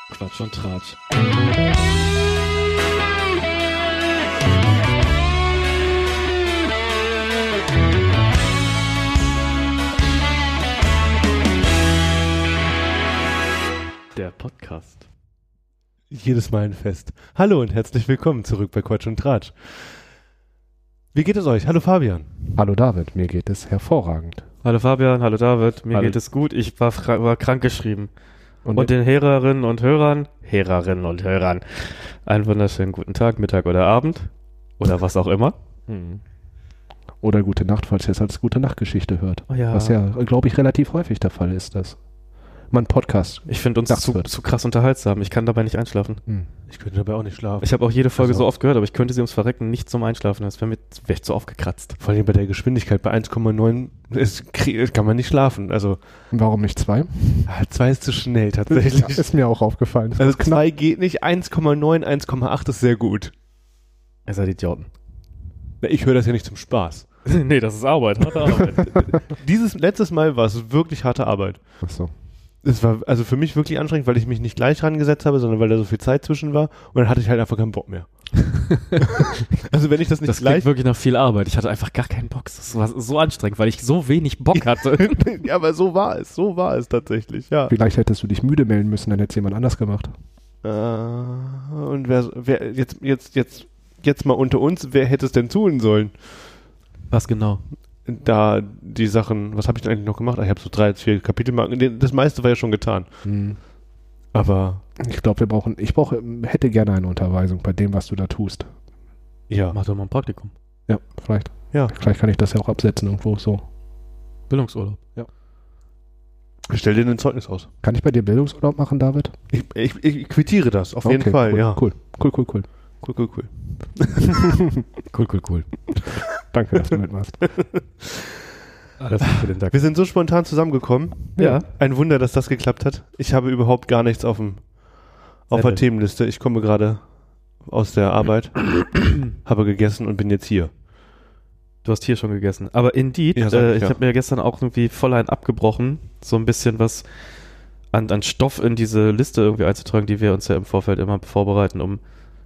Quatsch und Tratsch. Der Podcast. Jedes Mal ein Fest. Hallo und herzlich willkommen zurück bei Quatsch und Tratsch. Wie geht es euch? Hallo Fabian. Hallo David, mir geht es hervorragend. Hallo Fabian, hallo David, mir Hallo. geht es gut, ich war krankgeschrieben. Und den Hörerinnen und Hörern, einen wunderschönen guten Tag, Mittag oder Abend oder was auch immer. Oder gute Nacht, falls ihr es als gute Nachtgeschichte hört. Oh ja. Was ja, glaube ich, relativ häufig der Fall ist, dass man Podcast. Ich finde uns nachts wird. zu krass unterhaltsam, ich kann dabei nicht einschlafen. Ich könnte dabei auch nicht schlafen. Ich habe auch jede Folge Also. so oft gehört, aber ich könnte sie ums Verrecken nicht zum Einschlafen, das wäre ich zu aufgekratzt. Vor allem bei der Geschwindigkeit bei 1,9 kann man nicht schlafen. Also Warum nicht 2? 2 ist zu schnell tatsächlich. Ja, ist mir auch aufgefallen. Das Also ist knapp. 2 geht nicht, 1,9, 1,8 ist sehr gut. Ihr seid Idioten. Ich höre das ja nicht zum Spaß. Nee, das ist Arbeit, harte Arbeit. Letztes Mal war es wirklich harte Arbeit. Achso. Es war also für mich wirklich anstrengend, weil ich mich nicht gleich rangesetzt habe, sondern weil da so viel Zeit zwischen war und dann hatte ich halt einfach keinen Bock mehr. Also wenn ich das nicht Das gleich... klingt wirklich nach viel Arbeit. Ich hatte einfach gar keinen Bock. Das war so anstrengend, weil ich so wenig Bock hatte. Ja, aber so war es tatsächlich, ja. Vielleicht hättest du dich müde melden müssen, dann hätte es jemand anders gemacht. Und wer jetzt mal unter uns, wer hätte es denn tun sollen? Was genau? Da die Sachen, was habe ich denn eigentlich noch gemacht? Ich habe so 3, 4 Kapitelmarken, das meiste war ja schon getan. Aber Ich glaube, hätte gerne eine Unterweisung bei dem, was du da tust. ja, Mach doch mal ein Praktikum. Ja, vielleicht. ja. Vielleicht kann ich das ja auch absetzen irgendwo so. Bildungsurlaub. Stell dir ein Zeugnis aus. Kann ich bei dir Bildungsurlaub machen, David? Ich quittiere das, auf jeden Fall, cool, ja. Cool. Cool. Danke, dass du mitmachst. Alles für den Dank. Wir sind so spontan zusammengekommen. Ja. Ein Wunder, dass das geklappt hat. Ich habe überhaupt gar nichts auf der Themenliste. Ich komme gerade aus der Arbeit, habe gegessen und bin jetzt hier. Du hast hier schon gegessen. Aber Indeed, Ja, sag ich, ich ja. habe mir gestern auch irgendwie voll einen abgebrochen, so ein bisschen was an Stoff in diese Liste irgendwie einzutragen, die wir uns ja im Vorfeld immer vorbereiten,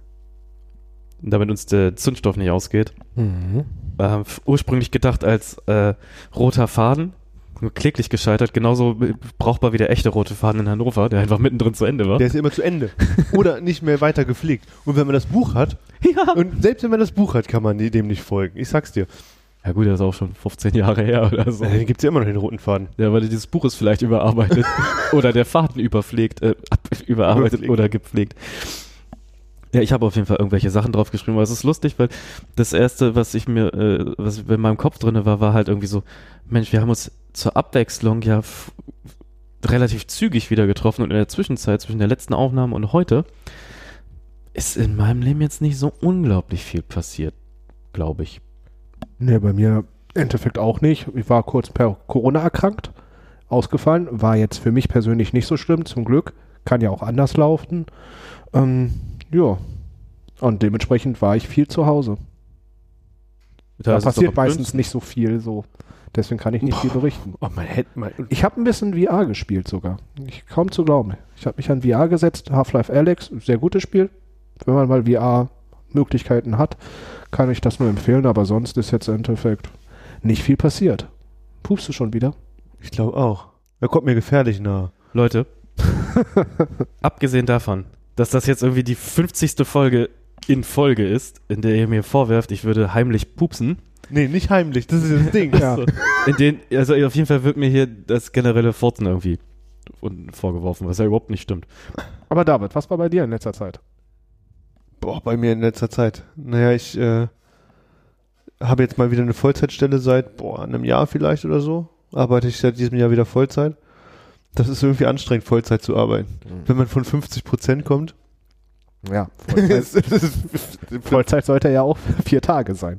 damit uns der Zündstoff nicht ausgeht. Ursprünglich gedacht als roter Faden, nur kläglich gescheitert, genauso brauchbar wie der echte rote Faden in Hannover, der einfach mittendrin zu Ende war. Der ist ja immer zu Ende. Oder nicht mehr weiter gepflegt. Und wenn man das Buch hat, Ja. und selbst wenn man das Buch hat, kann man dem nicht folgen. Ich sag's dir. Ja gut, das ist auch schon 15 Jahre her oder so. Den gibt's ja immer noch, den roten Faden. Ja, aber dieses Buch ist vielleicht überarbeitet oder der Faden überarbeitet Überpflegt. oder gepflegt. Ja, ich habe auf jeden Fall irgendwelche Sachen drauf geschrieben, aber es ist lustig, weil das Erste, was in meinem Kopf drin war halt irgendwie so, Mensch, wir haben uns zur Abwechslung ja relativ zügig wieder getroffen und in der Zwischenzeit, zwischen der letzten Aufnahme und heute, ist in meinem Leben jetzt nicht so unglaublich viel passiert, glaube ich. Nee, bei mir im Endeffekt auch nicht. Ich war kurz per Corona erkrankt, ausgefallen. War jetzt für mich persönlich nicht so schlimm, zum Glück. Kann ja auch anders laufen. Ja. Und dementsprechend war ich viel zu Hause. Da ist es passiert doch meistens nicht so viel so. Deswegen kann ich nicht viel berichten. Oh, man hätte mal... Ich habe ein bisschen VR gespielt sogar. Kaum zu glauben. Ich habe mich an VR gesetzt. Half-Life Alyx, sehr gutes Spiel. Wenn man mal VR-Möglichkeiten hat, kann ich das nur empfehlen. Aber sonst ist jetzt im Endeffekt nicht viel passiert. Pupst du schon wieder? Ich glaube auch. Er kommt mir gefährlich nahe. Leute, abgesehen davon, dass das jetzt irgendwie die 50. Folge in Folge ist, in der ihr mir vorwerft, ich würde heimlich pupsen. Nee, nicht heimlich, das ist das Ding. Ja. Also auf jeden Fall wird mir hier das generelle Furzen irgendwie vorgeworfen, was ja überhaupt nicht stimmt. Aber David, was war bei dir in letzter Zeit? Boah, bei mir in letzter Zeit. Naja, ich habe jetzt mal wieder eine Vollzeitstelle seit einem Jahr vielleicht oder so. Arbeite ich seit diesem Jahr wieder Vollzeit. Das ist irgendwie anstrengend, Vollzeit zu arbeiten. Wenn man von 50% kommt. Ja, Vollzeit sollte ja auch 4 Tage sein.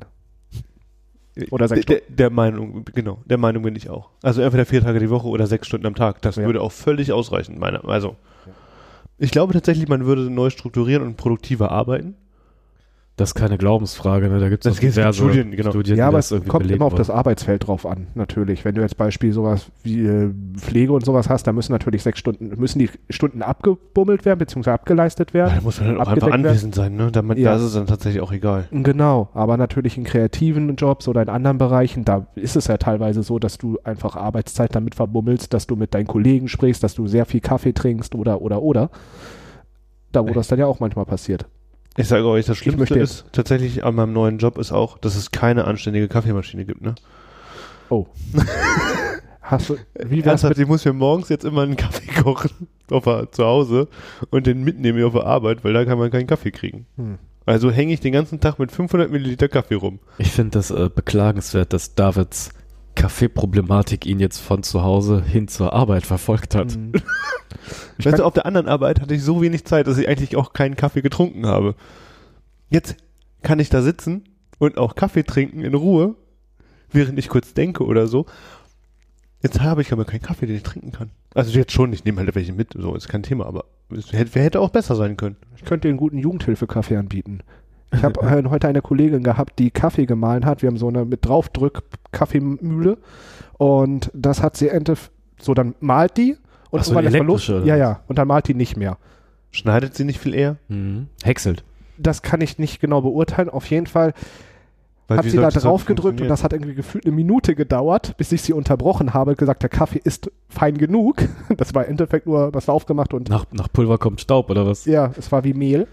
Oder 6 Stunden. Der Meinung bin ich auch. Also entweder 4 Tage die Woche oder 6 Stunden am Tag. Das würde auch völlig ausreichen. Ich glaube tatsächlich, man würde neu strukturieren und produktiver arbeiten. Das ist keine Glaubensfrage, ne? Da gibt es diverse Studien, genau. Studien, Ja, die aber das es irgendwie kommt belegen immer auf wollen. das Arbeitsfeld drauf an, natürlich. Wenn du jetzt Beispiel sowas wie Pflege und sowas hast, da müssen natürlich 6 Stunden, müssen die Stunden abgebummelt werden, beziehungsweise abgeleistet Ja, werden. da muss man halt auch einfach abgedeckt werden. anwesend sein, ne? Ja. Da ist es dann tatsächlich auch egal. Genau, aber natürlich in kreativen Jobs oder in anderen Bereichen, da ist es ja teilweise so, dass du einfach Arbeitszeit damit verbummelst, dass du mit deinen Kollegen sprichst, dass du sehr viel Kaffee trinkst oder. Da, wo das dann ja auch manchmal passiert. Ich sage euch, das Schlimmste möchte- ist tatsächlich an meinem neuen Job ist auch, dass es keine anständige Kaffeemaschine gibt, ne? Oh. Wie wär's Ernsthaft, ich muss mir morgens jetzt immer einen Kaffee kochen zu Hause und den mitnehmen auf der Arbeit, weil da kann man keinen Kaffee kriegen. Also hänge ich den ganzen Tag mit 500 Milliliter Kaffee rum. Ich finde das beklagenswert, dass Davids Kaffeeproblematik ihn jetzt von zu Hause hin zur Arbeit verfolgt hat. Mhm. Weißt du, auf der anderen Arbeit hatte ich so wenig Zeit, dass ich eigentlich auch keinen Kaffee getrunken habe. Jetzt kann ich da sitzen und auch Kaffee trinken in Ruhe, während ich kurz denke oder so. Jetzt habe ich aber keinen Kaffee, den ich trinken kann. Also jetzt schon, ich nehme halt welche mit, so ist kein Thema, aber wer hätte auch besser sein können. Ich könnte dir einen guten Jugendhilfe-Kaffee anbieten. Ich habe heute eine Kollegin gehabt, die Kaffee gemahlen hat. Wir haben so eine mit Draufdrück-Kaffeemühle und das hat sie so dann malt die und Ach so, irgendwann die lässt man los. elektrische oder Ja, was? ja, und dann malt die nicht mehr. Schneidet sie nicht viel eher? Häckselt. Das kann ich nicht genau beurteilen. Auf jeden Fall Weil hat wie sie da sollte das drauf gedrückt und funktionieren? das hat irgendwie gefühlt 1 Minute gedauert, bis ich sie unterbrochen habe, gesagt, der Kaffee ist fein genug. Das war im Endeffekt nur, was war aufgemacht und Nach Pulver kommt Staub, oder was? ja, es war wie Mehl.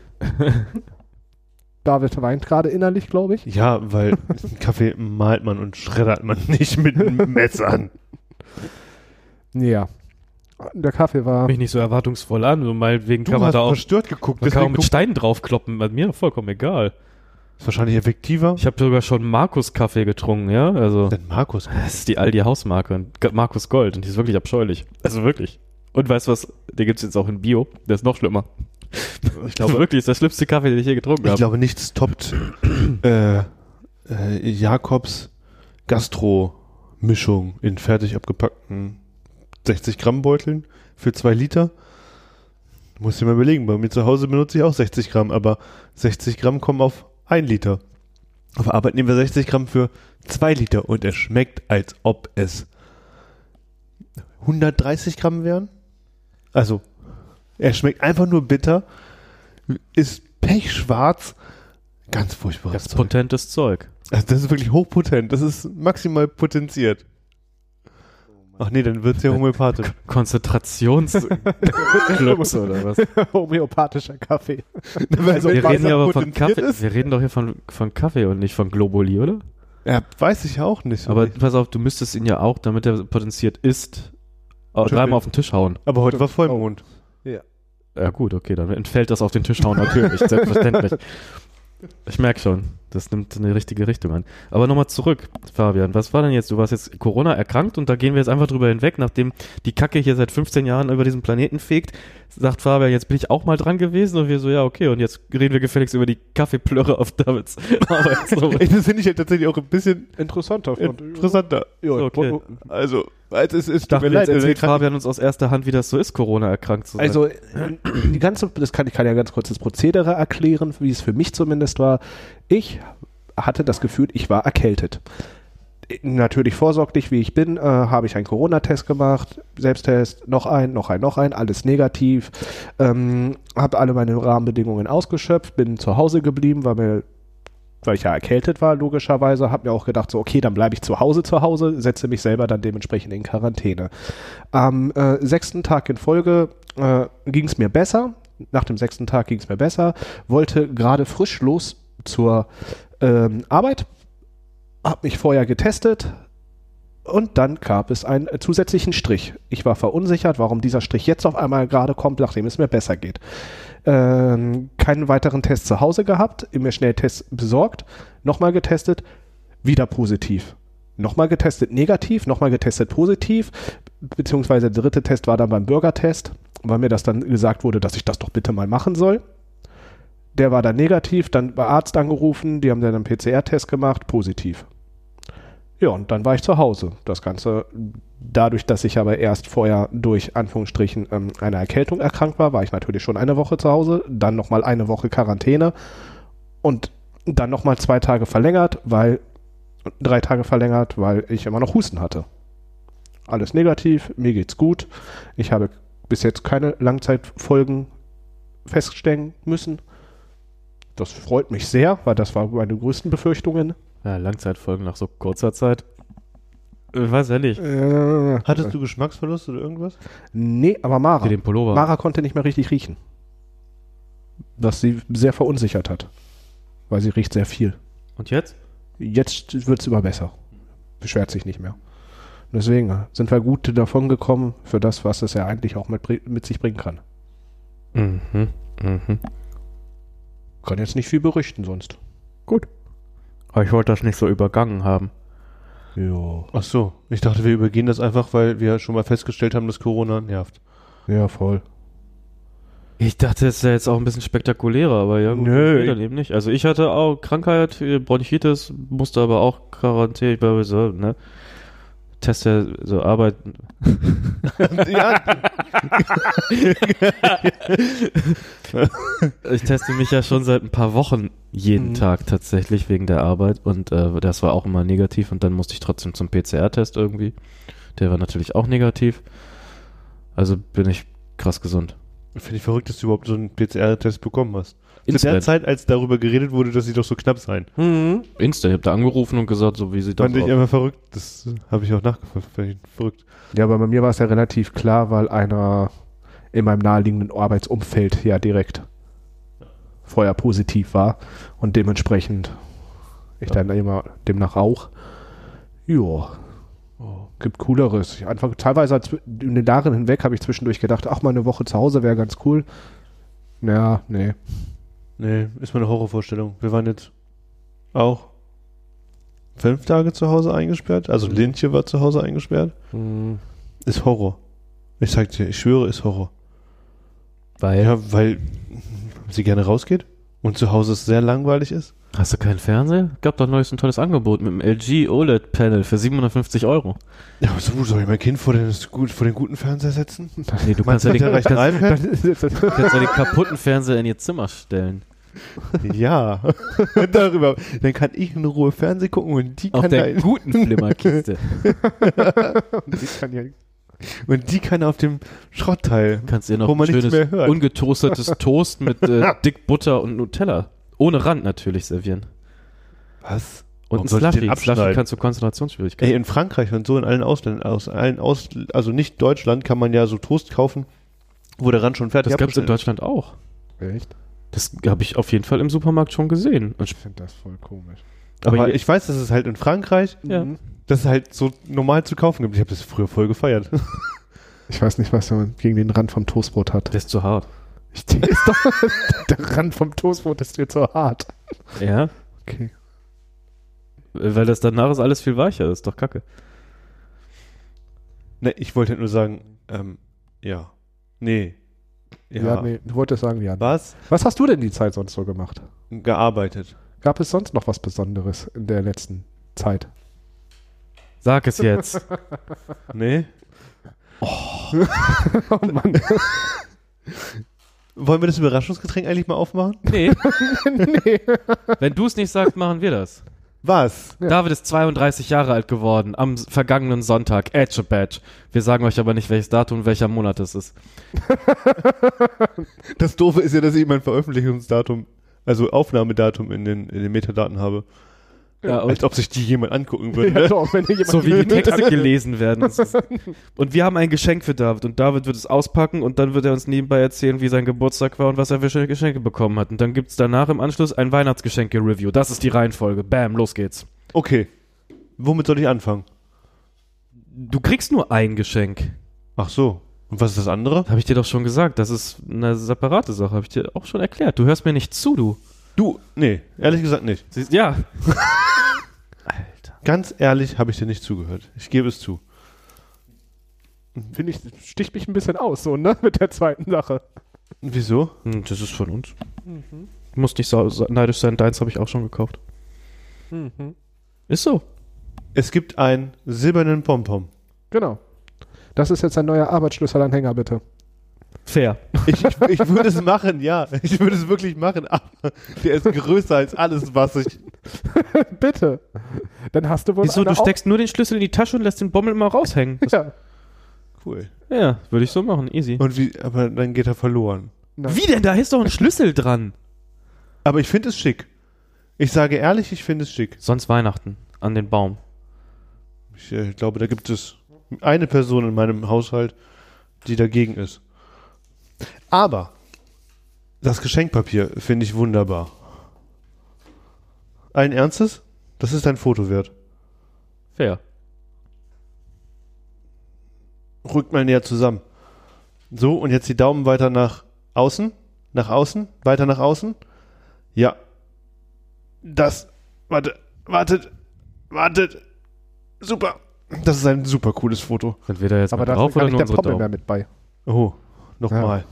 David weint gerade innerlich, glaube ich. Ja, weil Kaffee malt man und schreddert man nicht mit Messern. Ja. Der Kaffee war. Mich nicht so erwartungsvoll an, so meinetwegen Du kann man hast da auch verstört geguckt, man kann auch deswegen mit Steinen draufkloppen, bei mir vollkommen egal. ist wahrscheinlich effektiver. Ich habe sogar schon Markus-Kaffee getrunken, ja, also Denn Markus. das ist die Aldi-Hausmarke, Markus Gold und die ist wirklich abscheulich, also wirklich. Und weißt du was, den gibt's jetzt auch in Bio, der ist noch schlimmer. Ich glaube, wirklich, ist der schlimmste Kaffee, den ich je getrunken ich habe. glaube nichts toppt Jakobs Gastro-Mischung in fertig abgepackten 60 Gramm Beuteln für 2 Liter. Muss ich mal überlegen, bei mir zu Hause benutze ich auch 60 Gramm, aber 60 Gramm kommen auf 1 Liter. Auf der Arbeit nehmen wir 60 Gramm für 2 Liter und es schmeckt, als ob es 130 Gramm wären. Also, er schmeckt einfach nur bitter, ist pechschwarz, ganz furchtbares Das ist Zeug. potentes Zeug. Also das ist wirklich hochpotent, das ist maximal potenziert. Ach nee, dann wird es ja homöopathisch. Konzentrationsclubs oder was? Homöopathischer Kaffee. Also, Wir was reden er hier aber von potenziert Kaffee. ist? Wir reden doch hier von Kaffee und nicht von Globuli, oder? Ja, weiß ich auch nicht. So Aber recht. pass auf, du müsstest ihn ja auch, damit er potenziert ist, dreimal auf den Tisch hauen. Aber heute war Vollmond. Ja gut, okay, dann entfällt das auf den Tisch hauen natürlich, selbstverständlich. Ich merke schon, das nimmt eine richtige Richtung an. Aber nochmal zurück, Fabian, was war denn jetzt, du warst jetzt Corona erkrankt und da gehen wir jetzt einfach drüber hinweg, nachdem die Kacke hier seit 15 Jahren über diesen Planeten fegt, sagt Fabian, jetzt bin ich auch mal dran gewesen und wir so, ja okay, und jetzt reden wir gefälligst über die Kaffeeplörre auf Davids Arbeitsnummer. Das finde ich ja tatsächlich auch ein bisschen Interessanter. interessanter. Ja, Okay. Also, es ist Ich dachte, jetzt erzählt Fabian uns aus erster Hand, wie das so ist, Corona erkrankt zu sein. Also die ganze, ich kann ja ganz kurz das Prozedere erklären, wie es für mich zumindest war. Ich hatte das Gefühl, ich war erkältet. Natürlich vorsorglich, wie ich bin, habe ich einen Corona-Test gemacht, Selbsttest, noch ein, alles negativ. Habe alle meine Rahmenbedingungen ausgeschöpft, bin zu Hause geblieben, weil ich ja erkältet war, logischerweise, habe mir auch gedacht, so okay, dann bleibe ich zu Hause, setze mich selber dann dementsprechend in Quarantäne. Am 6. Tag in Folge ging es mir besser, nach dem 6. Tag ging es mir besser, wollte gerade frisch los zur Arbeit, habe mich vorher getestet und dann gab es einen zusätzlichen Strich. Ich war verunsichert, warum dieser Strich jetzt auf einmal gerade kommt, nachdem es mir besser geht. Keinen weiteren Test zu Hause gehabt, mir Schnelltests besorgt, nochmal getestet, wieder positiv. Nochmal getestet negativ, nochmal getestet positiv, beziehungsweise der 3. Test war dann beim Bürgertest, weil mir das dann gesagt wurde, dass ich das doch bitte mal machen soll. Der war dann negativ, dann war Arzt angerufen, die haben dann einen PCR-Test gemacht, positiv. Ja, und dann war ich zu Hause. Das Ganze, dadurch, dass ich aber erst vorher durch Anführungsstrichen einer Erkältung erkrankt war ich natürlich schon eine Woche zu Hause, dann nochmal eine Woche Quarantäne und Dann nochmal 3 Tage verlängert, weil ich immer noch Husten hatte. Alles negativ, mir geht's gut. Ich habe bis jetzt keine Langzeitfolgen feststellen müssen. Das freut mich sehr, weil das war meine größten Befürchtungen. Ja, Langzeitfolgen nach so kurzer Zeit. Ich weiß ja nicht. Hattest du Geschmacksverlust oder irgendwas? Nee, aber Mara. Für den Pullover. Mara konnte nicht mehr richtig riechen. Was sie sehr verunsichert hat. Weil sie riecht sehr viel. Und jetzt? Jetzt wird es immer besser. Beschwert sich nicht mehr. Deswegen sind wir gut davon gekommen für das, was es ja eigentlich auch mit sich bringen kann. Kann jetzt nicht viel berichten sonst. Gut. Aber ich wollte das nicht so übergangen haben. Jo. Ach so, ich dachte, wir übergehen das einfach, weil wir schon mal festgestellt haben, dass Corona nervt. Ja, voll. Ich dachte, es wäre jetzt auch ein bisschen spektakulärer, aber ja gut, Nö. nee, dann eben nicht. Also ich hatte auch Krankheit, Bronchitis, musste aber auch Quarantäne, ich war so, ne? Teste, so arbeiten. Ja. Ich teste mich ja schon seit ein paar Wochen jeden Tag tatsächlich wegen der Arbeit und das war auch immer negativ und dann musste ich trotzdem zum PCR-Test irgendwie. Der war natürlich auch negativ. Also bin ich krass gesund. Finde ich verrückt, dass du überhaupt so einen PCR-Test bekommen hast. Zu der Instant. Zeit, als darüber geredet wurde, dass sie doch so knapp seien. Instant. Ich habe da angerufen und gesagt, so wie sieht das Fand ich aus? einfach verrückt. Das habe ich auch nachgefragt. Fand ich verrückt. Ja, aber bei mir war es ja relativ klar, weil einer in meinem naheliegenden Arbeitsumfeld ja direkt vorher positiv war und dementsprechend ich dann immer demnach auch. Ja. Gibt Cooleres. Einfach teilweise in den Jahren hinweg habe ich zwischendurch gedacht, ach, mal eine Woche zu Hause wäre ganz cool. Ja, nee. Nee, ist mal eine Horrorvorstellung. Wir waren jetzt auch 5 Tage zu Hause eingesperrt. Also Lindchen war zu Hause eingesperrt. Ist Horror. Ich sag dir, ich schwöre, ist Horror. Weil? Ja, weil sie gerne rausgeht und zu Hause es sehr langweilig ist. Hast du keinen Fernseher? Gab doch neues ein tolles Angebot mit dem LG OLED-Panel für 750 €. Ja, aber so soll ich mein Kind vor den guten Fernseher setzen? Nee, du kannst ja, Meinst du, der reicht ein iPad? kannst ja den kaputten Fernseher in ihr Zimmer stellen. Ja, darüber. Dann kann ich in Ruhe Fernsehen gucken und die Auf kann der guten Flimmerkiste. und die kann auf dem Schrottteil. Kannst ihr noch Wo man ein nichts mehr schönes, hört. ungetoastetes Toast mit dick Butter und Nutella. Ohne Rand natürlich servieren. Was? Und Warum ein soll ich den Slushy. Slushy abschneiden? kannst du Konzentrationsschwierigkeiten. Ey, in Frankreich und so, in allen Ausländern, also nicht Deutschland, kann man ja so Toast kaufen, wo der Rand schon fertig Das gab es in abgeschnitten Deutschland auch. Echt? Das habe ich auf jeden Fall im Supermarkt schon gesehen. Und Ich finde das voll komisch. Aber hier- ich weiß, dass es halt in Frankreich, Ja. dass es halt so normal zu kaufen gibt. Ich habe das früher voll gefeiert. Ich weiß nicht, was man gegen den Rand vom Toastbrot hat. Der ist zu hart. Der Rand vom Toastbrot ist dir zu hart. Ja, Okay. weil das danach ist alles viel weicher. Das ist doch kacke. Ne, ich wollte halt nur sagen, ja. Nee. Ja, nee, du wolltest sagen, Jan. Was? Was hast du denn die Zeit sonst so gemacht? Gearbeitet. Gab es sonst noch was Besonderes in der letzten Zeit? Sag es jetzt. Nee. Oh Mann. Wollen wir das Überraschungsgetränk eigentlich mal aufmachen? Nee. Wenn du es nicht sagst, machen wir das. Was? Ja. David ist 32 Jahre alt geworden am vergangenen Sonntag. Edge Badge. Wir sagen euch aber nicht, welches Datum und welcher Monat es ist. Das Doofe ist ja, dass ich mein Veröffentlichungsdatum, also Aufnahmedatum in den Metadaten habe. Ja, und Als ob sich die jemand angucken würde. Ja, Ne? doch, wenn jemand so wie die Texte gelesen werden. Und wir haben ein Geschenk für David und David wird es auspacken und dann wird er uns nebenbei erzählen, wie sein Geburtstag war und was er für Geschenke bekommen hat. Und dann gibt es danach im Anschluss ein Weihnachtsgeschenke-Review. Das ist die Reihenfolge. Bam, los geht's. Okay. Womit soll ich anfangen? Du kriegst nur ein Geschenk. Ach so. Und was ist das andere? Habe ich dir doch schon gesagt. Das ist eine separate Sache. Habe ich dir auch schon erklärt. Du hörst mir nicht zu, du. Du, nee, ehrlich gesagt nicht. Siehst, ja. Alter. Ganz ehrlich habe ich dir nicht zugehört. Ich gebe es zu. Finde ich, sticht mich ein bisschen aus, so, ne? Mit der zweiten Sache. Wieso? Das ist von uns. Du musst nicht so neidisch sein. Deins habe ich auch schon gekauft. Ist so. Es gibt einen silbernen Pompom. Genau. Das ist jetzt ein neuer Arbeitsschlüsselanhänger, bitte. Fair. Ich würde es machen, ja. Ich würde es wirklich machen, aber der ist größer als alles, was ich... Bitte. Dann hast du wohl Wieso? Du steckst nur den Schlüssel in die Tasche und lässt den Bommel immer raushängen. Ja. Cool. Ja, würde ich so machen. Easy. Und aber dann geht er verloren. Nein. Wie denn? Da ist doch ein Schlüssel dran. Aber ich finde es schick. Ich sage ehrlich, ich finde es schick. Sonst Weihnachten. An den Baum. Ich glaube, da gibt es eine Person in meinem Haushalt, die dagegen ist. Aber das Geschenkpapier finde ich wunderbar. Allen Ernstes? Das ist ein Foto wert. Fair. Rückt mal näher zusammen. So, und jetzt die Daumen weiter nach außen. Nach außen. Weiter nach außen. Ja. Wartet. Super. Das ist ein super cooles Foto. Sind wir da jetzt Aber mal da drauf ist gar oder nicht nur der unsere Pommel mehr Daumen? mit bei. Oh, nochmal.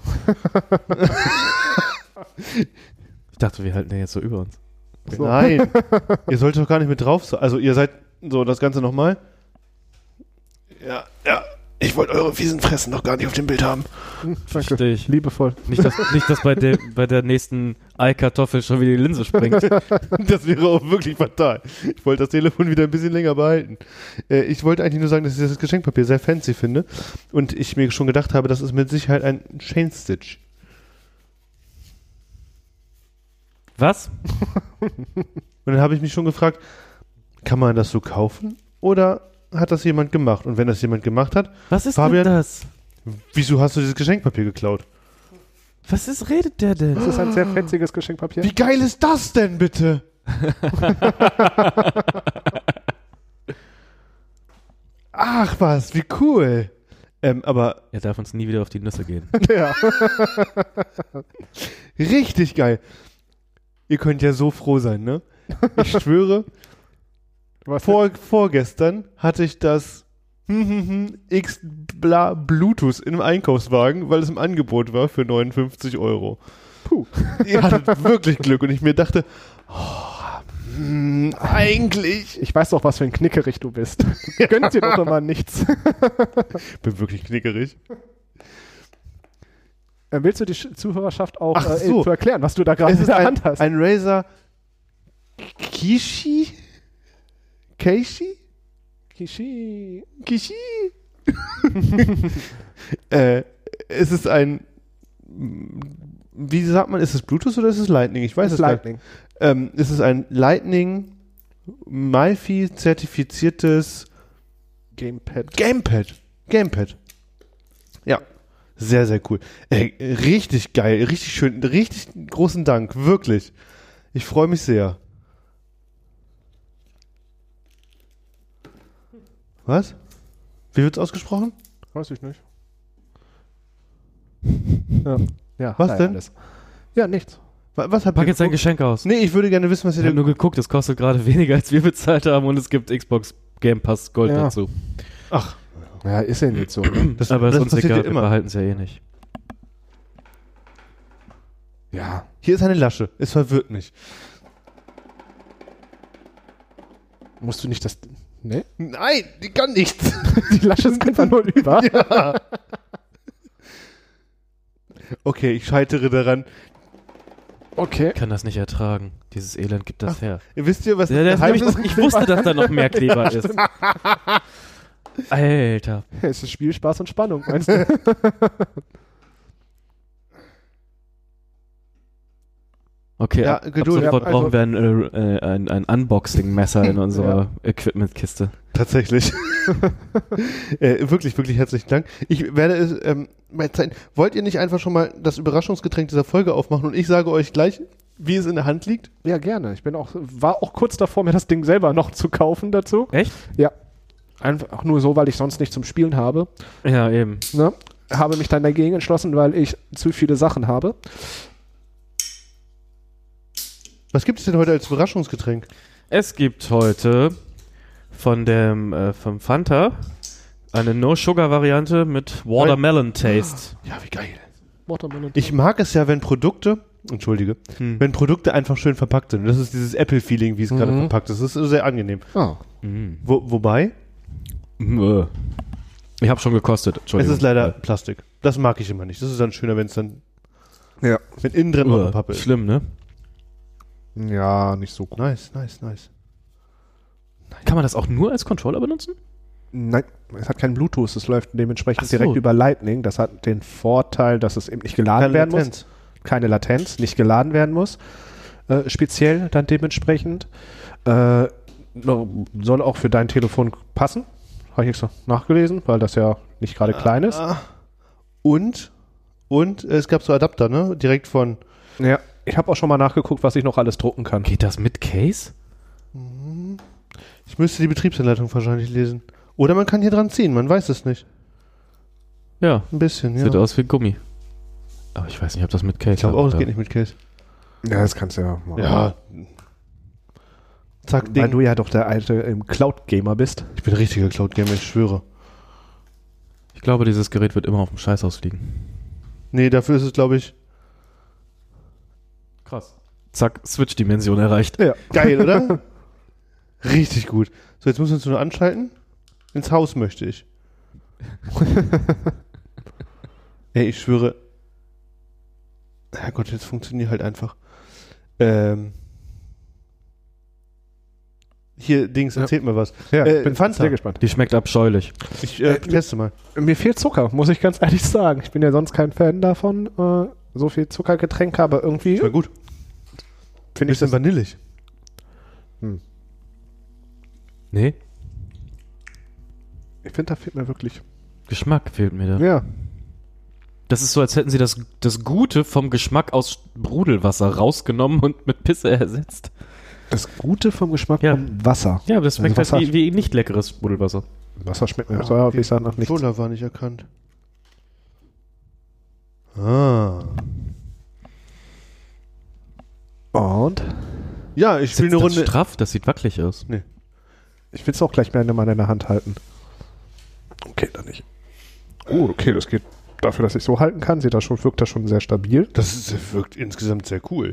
Ich dachte, wir halten den jetzt so über uns. So. Nein. Ihr solltet doch gar nicht mit drauf sein. Also ihr seid so, das Ganze nochmal. Ja. Ich wollte eure fiesen Fressen noch gar nicht auf dem Bild haben. Danke. Richtig. Liebevoll. Nicht, dass bei der nächsten Eikartoffel schon wieder die Linse springt. Das wäre auch wirklich fatal. Ich wollte das Telefon wieder ein bisschen länger behalten. Ich wollte eigentlich nur sagen, dass ich das Geschenkpapier sehr fancy finde. Und ich mir schon gedacht habe, das ist mit Sicherheit ein Chain Stitch. Was? Und dann habe ich mich schon gefragt, kann man das so kaufen? Oder hat das jemand gemacht? Und wenn das jemand gemacht hat, Was ist Fabian? denn das? wieso hast du dieses Geschenkpapier geklaut? Redet der denn? Das ist ein sehr fetziges Geschenkpapier. Wie geil ist das denn bitte? Ach was, wie cool. Aber Er darf uns nie wieder auf die Nüsse gehen. Ja. richtig geil. Ihr könnt ja so froh sein, ne? Ich schwöre, Was vorgestern hatte ich das X bla Bluetooth im Einkaufswagen, weil es im Angebot war für 59 €. Puh. Ihr hattet wirklich Glück und ich mir dachte, eigentlich. Ich weiß doch, was für ein Knickerich du bist. Gönnt dir doch immer nichts. Bin wirklich knickerig. Willst du die Zuhörerschaft auch Ach so. zu erklären, was du da gerade Es in ist der Hand hast? ein Razer Kishi? Kishi? Kishi. Es ist ein, wie sagt man, ist es Bluetooth oder ist es Lightning? Ich weiß es gar nicht. Lightning. Es ist ein Lightning MiFi zertifiziertes Gamepad. Gamepad. Ja, sehr, sehr cool. Richtig geil, richtig schön, richtig großen Dank, wirklich. Ich freue mich sehr. Was? Wie wird's ausgesprochen? Weiß ich nicht. Ja. Was naja, denn? alles. Ja, nichts. Was habt Pack ihr jetzt dein geguckt? Geschenk aus. Nee, ich würde gerne wissen, was Ich ihr habe da... nur geguckt, es kostet gerade weniger, als wir bezahlt haben und es gibt Xbox Game Pass Gold Ja. dazu. Ach, Ja, ist ja nicht so. Ne? Aber ist uns passiert egal, ja wir immer. behalten es ja eh nicht. Ja. Hier ist eine Lasche. Es verwirrt mich. Musst du nicht das... Ne? Nein, die kann nichts. Die Lasche ist einfach nur über. Ja. Okay, ich scheitere daran. Okay. Ich kann das nicht ertragen. Dieses Elend gibt das her. Wisst ihr, was Ja, das Geheimnis nämlich, ich wusste, dass da noch mehr Kleber ist. Alter. Es ist Spiel, Spaß und Spannung, meinst du? Okay, Ja, ab Geduld. sofort Ja, also- brauchen wir ein Unboxing-Messer in unserer Equipment-Kiste. Tatsächlich. Wirklich, wirklich herzlichen Dank. Ich werde es mal zeigen. Wollt ihr nicht einfach schon mal das Überraschungsgetränk dieser Folge aufmachen und ich sage euch gleich, wie es in der Hand liegt? Ja, gerne. War auch kurz davor, mir das Ding selber noch zu kaufen dazu. Echt? Ja. Einfach nur so, weil ich sonst nicht zum Spielen habe. Ja, eben. Ne? Habe mich dann dagegen entschlossen, weil ich zu viele Sachen habe. Was gibt es denn heute als Überraschungsgetränk? Es gibt heute vom Fanta eine No-Sugar-Variante mit Watermelon-Taste. Ja, wie geil. Watermelon. Ich mag es ja, wenn Produkte, wenn Produkte einfach schön verpackt sind. Das ist dieses Apple-Feeling, wie es gerade verpackt ist. Das ist sehr angenehm. Ah. Mhm. Wobei, Ich habe schon gekostet, Es Entschuldigung. ist leider Plastik. Das mag ich immer nicht. Das ist dann schöner, wenn es dann Ja. wenn innen drin noch eine Pappe ist. Schlimm, ne? Ja, nicht so gut. Nice. Kann man das auch nur als Controller benutzen? Nein, es hat kein Bluetooth, es läuft dementsprechend Ach so. direkt über Lightning. Das hat den Vorteil, dass es eben nicht geladen werden muss. Keine Latenz, nicht geladen werden muss. Speziell dann dementsprechend. Soll auch für dein Telefon passen. Habe ich extra nachgelesen, weil das ja nicht gerade klein ist. Und es gab so Adapter, ne? Direkt von. Ja, ich habe auch schon mal nachgeguckt, was ich noch alles drucken kann. Geht das mit Case? Ich müsste die Betriebsanleitung wahrscheinlich lesen. Oder man kann hier dran ziehen, man weiß es nicht. Ja. Ein bisschen, ja. Sieht aus wie Gummi. Aber ich weiß nicht, ob das mit Case Ich glaube auch, es geht nicht mit Case. Ja, das kannst du ja machen. Ja. Zack, Weil Ding. du ja doch der alte Cloud-Gamer bist. Ich bin ein richtiger Cloud-Gamer, ich schwöre. Ich glaube, dieses Gerät wird immer auf dem Scheißhaus liegen. Nee, dafür ist es, glaube ich, Krass. Zack, Switch-Dimension erreicht. Ja. geil, oder? Richtig gut. So, jetzt müssen wir uns nur anschalten. Ins Haus möchte ich. Ey, ich schwöre. Herrgott, jetzt funktioniert halt einfach. Hier, Dings, erzählt mir was. Ja, bin Fanta. Sehr gespannt. Die schmeckt abscheulich. Ich teste mal. Mir fehlt Zucker, muss ich ganz ehrlich sagen. Ich bin ja sonst kein Fan davon, so viel Zuckergetränke, aber irgendwie War gut. finde ich Bisschen das... vanillig. Nee, Ich finde, da fehlt mir wirklich... Geschmack fehlt mir da. Ja. Das ist so, als hätten sie das Gute vom Geschmack aus Sprudelwasser rausgenommen und mit Pisse ersetzt. Das Gute vom Geschmack Ja. vom Wasser. Ja, aber das schmeckt Also halt wie nicht leckeres Sprudelwasser. Wasser schmeckt mir so, wie ich sage, nach nichts. Cola war nicht erkannt. Ah. Und Ja, ich spiele Sitzt eine das Runde. straff? Das sieht wackelig aus. ich will es auch gleich mal in der Hand halten. Okay, dann nicht. Oh, okay, das geht. Dafür, dass ich so halten kann, wirkt das schon sehr stabil. Wirkt insgesamt sehr cool.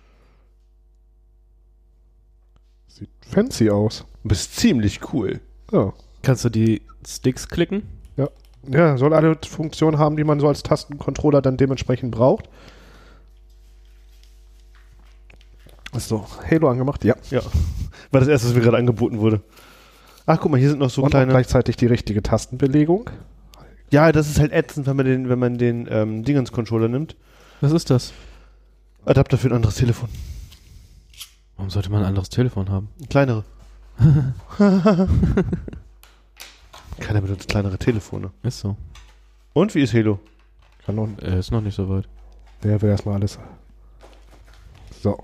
Sieht fancy aus. Du bist ziemlich cool. Ja. Kannst du die Sticks klicken? Ja, soll alle Funktionen haben, die man so als Tastencontroller dann dementsprechend braucht. Hast du Halo angemacht? Ja. Ja. War das erste, was mir gerade angeboten wurde. Ach, guck mal, hier sind noch so Und auch kleine. gleichzeitig die richtige Tastenbelegung. Ja, das ist halt ätzend, wenn man den Dingens-Controller nimmt. Was ist das? Adapter für ein anderes Telefon. Warum sollte man ein anderes Telefon haben? Kleinere. Keiner benutzt kleinere Telefone. Ist so. Und wie ist Halo? Kann noch, Ist noch nicht so weit. der will erstmal alles. So.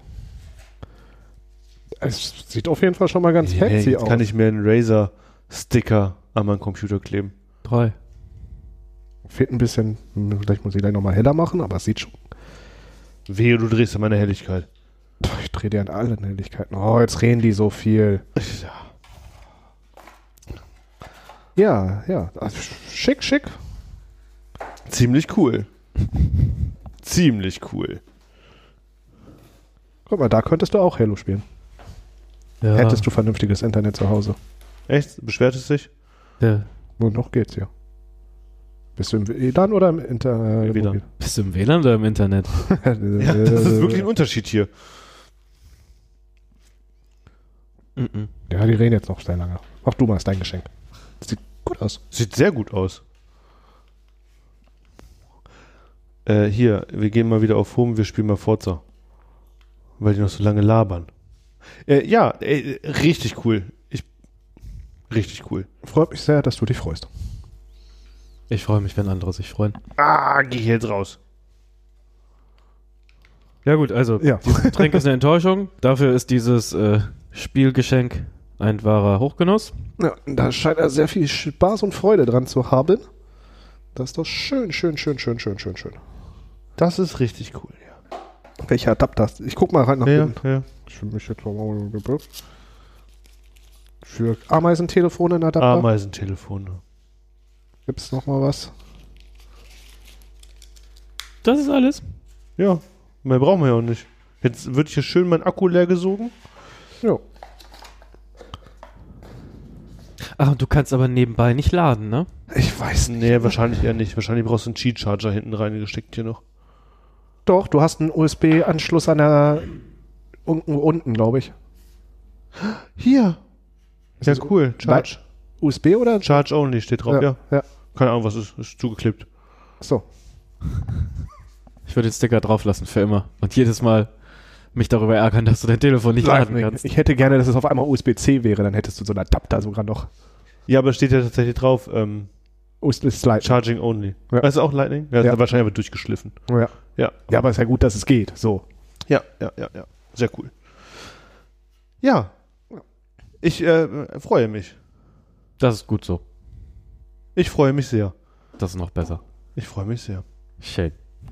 Es sieht auf jeden Fall schon mal ganz fancy jetzt aus. kann ich mir einen Razer-Sticker an meinen Computer kleben. 3. Fehlt ein bisschen, vielleicht muss ich gleich nochmal heller machen, aber es sieht schon. Wehe, du drehst an meine Helligkeit. Ich drehe dir an allen Helligkeiten. Oh, jetzt reden die so viel. Ja. Ja. Also, schick. Ziemlich cool. Ziemlich cool. Guck mal, da könntest du auch Halo spielen. Ja. Hättest du vernünftiges Internet zu Hause. Echt? Beschwert es sich? Ja. Nur noch geht's ja. Bist du im WLAN oder im Internet? WLAN. Bist du im WLAN oder im Internet? Ja, das ist wirklich ein Unterschied hier. Ja, die reden jetzt noch sehr lange. Mach du mal, ist dein Geschenk. Das sieht gut aus. Sieht sehr gut aus. Hier, wir gehen mal wieder auf Home, wir spielen mal Forza. Weil die noch so lange labern. Richtig cool. Richtig cool. Freut mich sehr, dass du dich freust. Ich freue mich, wenn andere sich freuen. Geh ich jetzt raus. Ja gut, also Ja. dieses Getränk ist eine Enttäuschung. Dafür ist dieses Spielgeschenk ein wahrer Hochgenuss. Ja, da scheint er sehr viel Spaß und Freude dran zu haben. Das ist doch schön. Das ist richtig cool, ja. Welcher Adapter? Ich guck mal rein nach hinten. Ja. Ich will mich jetzt mal für Ameisentelefone ein Adapter. Ameisentelefone. Gibt's noch mal was? Das ist alles. Ja, mehr brauchen wir ja auch nicht. Jetzt wird hier schön mein Akku leer gesogen. Ja. Ach, du kannst aber nebenbei nicht laden, ne? Ich weiß nicht. Nee, wahrscheinlich eher nicht. Wahrscheinlich brauchst du einen Qi-Charger hinten reingesteckt hier noch. Doch, du hast einen USB-Anschluss an der unten, glaube ich. Hier. Ja, das cool. Charge. USB oder? Charge only steht drauf, ja. Ja. Keine Ahnung, was ist zugeklebt. So. Ich würde den Sticker drauf lassen für immer. Und jedes Mal mich darüber ärgern, dass du dein Telefon nicht laden kannst. Ich hätte gerne, dass es auf einmal USB-C wäre, dann hättest du so einen Adapter sogar noch. Ja, aber steht ja tatsächlich drauf, USB-Slide. Charging only. Ja. Also auch Lightning? Ja, Ja. wahrscheinlich aber durchgeschliffen. Ja. Ja. Ja, aber ist ja gut, dass es geht. So. Ja. Sehr cool. Ja. Ich freue mich. Das ist gut so. Ich freue mich sehr. Das ist noch besser. Ich freue mich sehr. Schön.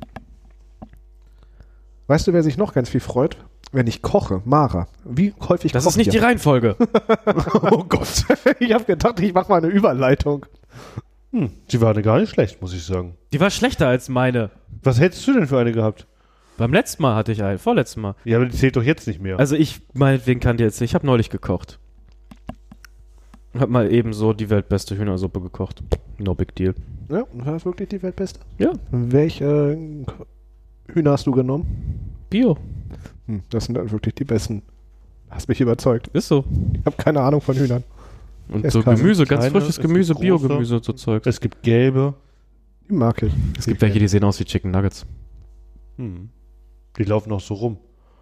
Weißt du, wer sich noch ganz viel freut? Wenn ich koche, Mara. Wie häufig Das kocht ist nicht die ihr? Reihenfolge. Oh Gott. Ich habe gedacht, ich mache mal eine Überleitung. Die war gar nicht schlecht, muss ich sagen. Die war schlechter als meine. Was hättest du denn für eine gehabt? Beim letzten Mal hatte ich eine, vorletzten Mal. Ja, aber die zählt doch jetzt nicht mehr. Also meinetwegen kann die jetzt nicht. Ich habe neulich gekocht. Hab mal eben so die weltbeste Hühnersuppe gekocht. No big deal. Ja, war das wirklich die Weltbeste? Ja. Welche Hühner hast du genommen? Bio. Das sind dann wirklich die besten. Hast mich überzeugt. Ist so. Ich habe keine Ahnung von Hühnern. Und Es so kann Gemüse, ganz kleine, frisches es gibt Gemüse, große. Biogemüse, so Zeug. Es gibt gelbe. Die mag ich. Es gibt welche, die sehen aus wie Chicken Nuggets. Die laufen auch so rum.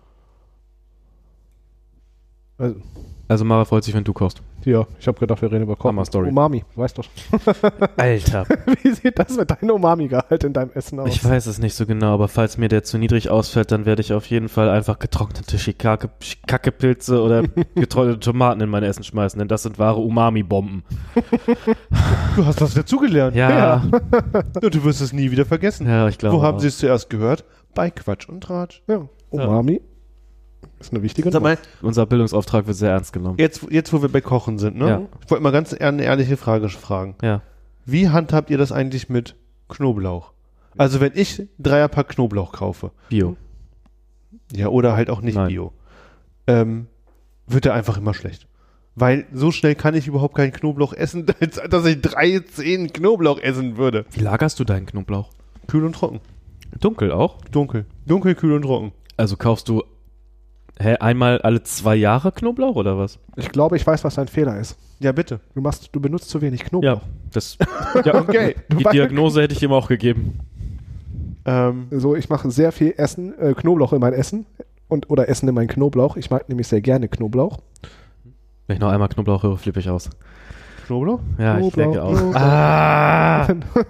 Also Mara freut sich, wenn du kochst. Ja, ich habe gedacht, wir reden über Kochen. Hammer-Story. Umami, weißt du. Alter. Wie sieht das mit deinem Umami-Gehalt in deinem Essen aus? Ich weiß es nicht so genau, aber falls mir der zu niedrig ausfällt, dann werde ich auf jeden Fall einfach getrocknete Shikake-Pilze oder getrocknete Tomaten in mein Essen schmeißen, denn das sind wahre Umami-Bomben. Du hast was dazugelernt. Ja, Und du wirst es nie wieder vergessen. ja, ich glaube Wo haben auch. sie es zuerst gehört? Bei Quatsch und Tratsch. Ja, Umami ist eine wichtige Sag mal, Unser Bildungsauftrag wird sehr ernst genommen. jetzt wo wir bei Kochen sind, ne? Ja. Ich wollte mal ganz eine ehrliche Frage fragen. Ja. Wie handhabt ihr das eigentlich mit Knoblauch? Also wenn ich Dreierpack Knoblauch kaufe, Bio. ja, oder halt auch nicht Nein. Bio, wird der einfach immer schlecht. Weil so schnell kann ich überhaupt keinen Knoblauch essen, als dass ich 3 Zehen Knoblauch essen würde. Wie lagerst du deinen Knoblauch? Kühl und trocken. Dunkel auch? Dunkel. Dunkel, kühl und trocken. Also kaufst du einmal alle 2 Jahre Knoblauch oder was? Ich glaube, ich weiß, was dein Fehler ist. Ja, bitte. Du benutzt zu wenig Knoblauch. Ja, das. Ja, Okay. Die Diagnose hätte ich ihm auch gegeben. So, ich mache sehr viel Essen, Knoblauch in mein Essen oder Essen in meinen Knoblauch. Ich mag nämlich sehr gerne Knoblauch. Wenn ich noch einmal Knoblauch höre, flippe ich aus. Knoblauch? Ja, ich Knoblauch, denke auch. Knoblauch. Ah!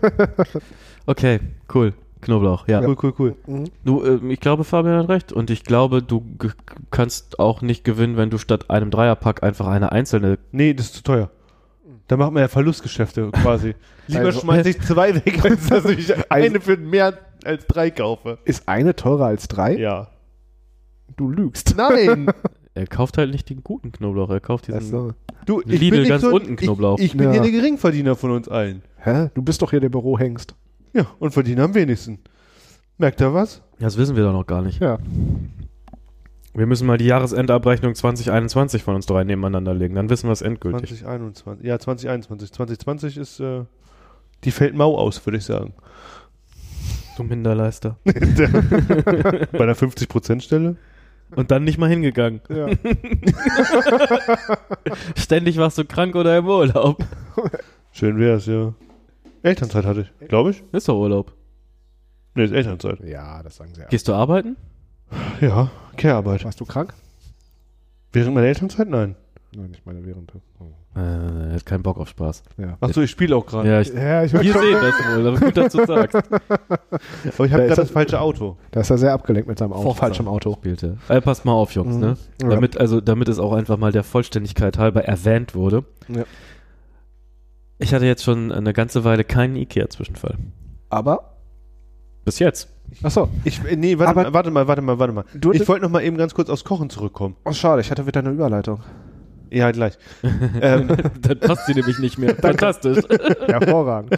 Okay, cool. Knoblauch, ja. Cool. Du, ich glaube, Fabian hat recht. Und ich glaube, du kannst auch nicht gewinnen, wenn du statt einem Dreierpack einfach eine einzelne. Nee, das ist zu teuer. Da macht man ja Verlustgeschäfte quasi. Lieber Also- schmeiße ich 2 weg, als dass ich eine für mehr als 3 kaufe. Ist eine teurer als 3? Ja. Du lügst. Nein! Er kauft halt nicht den guten Knoblauch, er kauft diesen. Also, Du, Lidl ganz unten Knoblauch. Ich bin Ja. hier der Geringverdiener von uns allen. hä? Du bist doch hier der Bürohengst. Ja, und verdiene am wenigsten. Merkt ihr was? Das wissen wir doch noch gar nicht. Ja. Wir müssen mal die Jahresendabrechnung 2021 von uns drei nebeneinander legen, dann wissen wir es endgültig. 2021. Ja, 2021. 2020 ist, die fällt mau aus, würde ich sagen. Du Minderleister. Bei einer 50%-Stelle? Und dann nicht mal hingegangen. Ja. Ständig warst du krank oder im Urlaub. Schön wär's, ja. Elternzeit hatte ich, glaube ich. Ist doch Urlaub. Nee, ist Elternzeit. Ja, das sagen sie ja. Gehst du arbeiten? Ja, Care-Arbeit. Warst du krank? Während meiner Elternzeit? Nein. Nein, ich meine während. Oh. Er hat keinen Bock auf Spaß. Ja. Achso, ich spiele auch gerade. Ja, ich, Ja, ich wir sehen das wohl, aber gut, dass du sagst. Aber ich habe Da ist gerade das das- falsche Auto. Da ist er sehr abgelenkt mit seinem Auto. Forza. Falschem Auto. Spielte. Passt mal auf, Jungs, ne? Ja. Damit es auch einfach mal der Vollständigkeit halber erwähnt wurde. Ja. Ich hatte jetzt schon eine ganze Weile keinen Ikea-Zwischenfall. Aber, Bis jetzt. achso, Nee, Aber- warte mal. Du- Ich wollte noch mal eben ganz kurz aufs Kochen zurückkommen. oh, schade, ich hatte wieder eine Überleitung. Ja, gleich. Dann passt sie nämlich nicht mehr. Fantastisch. Hervorragend.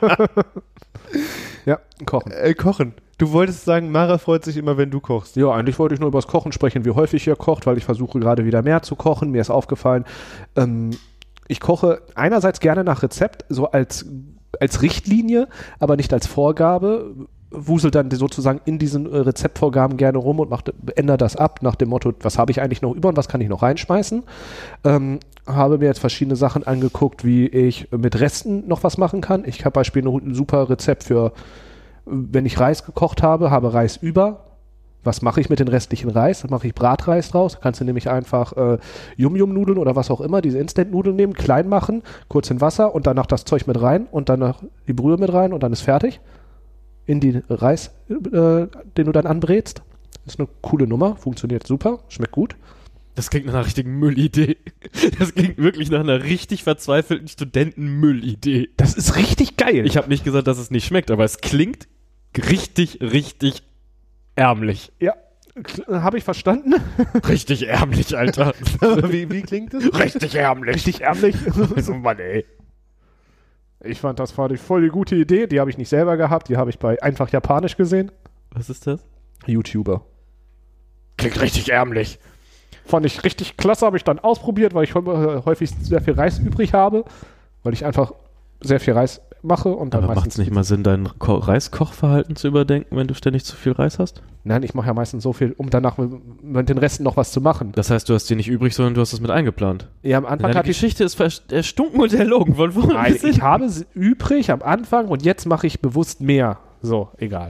Ja, kochen. Kochen. Du wolltest sagen, Mara freut sich immer, wenn du kochst. Ja, eigentlich wollte ich nur über das Kochen sprechen, wie häufig ihr kocht, weil ich versuche gerade wieder mehr zu kochen. Mir ist aufgefallen, Ich koche einerseits gerne nach Rezept, so als Richtlinie, aber nicht als Vorgabe. Wusel dann sozusagen in diesen Rezeptvorgaben gerne rum und ändere das ab nach dem Motto, was habe ich eigentlich noch über und was kann ich noch reinschmeißen. Habe mir jetzt verschiedene Sachen angeguckt, wie ich mit Resten noch was machen kann. Ich habe beispielsweise ein super Rezept für, wenn ich Reis gekocht habe Reis über. Was mache ich mit den restlichen Reis? Dann mache ich Bratreis draus. Kannst du nämlich einfach Yum-Yum-Nudeln oder was auch immer, diese Instant-Nudeln nehmen, klein machen, kurz in Wasser und danach das Zeug mit rein und danach die Brühe mit rein und dann ist fertig. In den Reis, den du dann anbrätst. Ist eine coole Nummer, funktioniert super, schmeckt gut. Das klingt nach einer richtigen Müllidee. Das klingt wirklich nach einer richtig verzweifelten Studentenmüllidee. Das ist richtig geil. Ich habe nicht gesagt, dass es nicht schmeckt, aber es klingt richtig, richtig ärmlich. Ja, habe ich verstanden. Richtig ärmlich, Alter. Wie klingt das? Richtig ärmlich. Richtig ärmlich. Oh Mann, ey. Ich fand, das war voll die gute Idee. Die habe ich nicht selber gehabt. Die habe ich bei Einfach Japanisch gesehen. Was ist das? YouTuber. Klingt richtig ärmlich. Fand ich richtig klasse, habe ich dann ausprobiert, weil ich häufig sehr viel Reis übrig habe. Weil ich einfach sehr viel Reis mache und dann Aber macht es nicht mal Sinn, dein Reiskochverhalten zu überdenken, wenn du ständig zu viel Reis hast? Nein, ich mache ja meistens so viel, um danach mit den Resten noch was zu machen. Das heißt, du hast die nicht übrig, sondern du hast es mit eingeplant. Ja, am Anfang Deine Geschichte ist erstunken und erlogen. Von vorne Nein, bis hin. ich habe es übrig am Anfang und jetzt mache ich bewusst mehr. So, egal.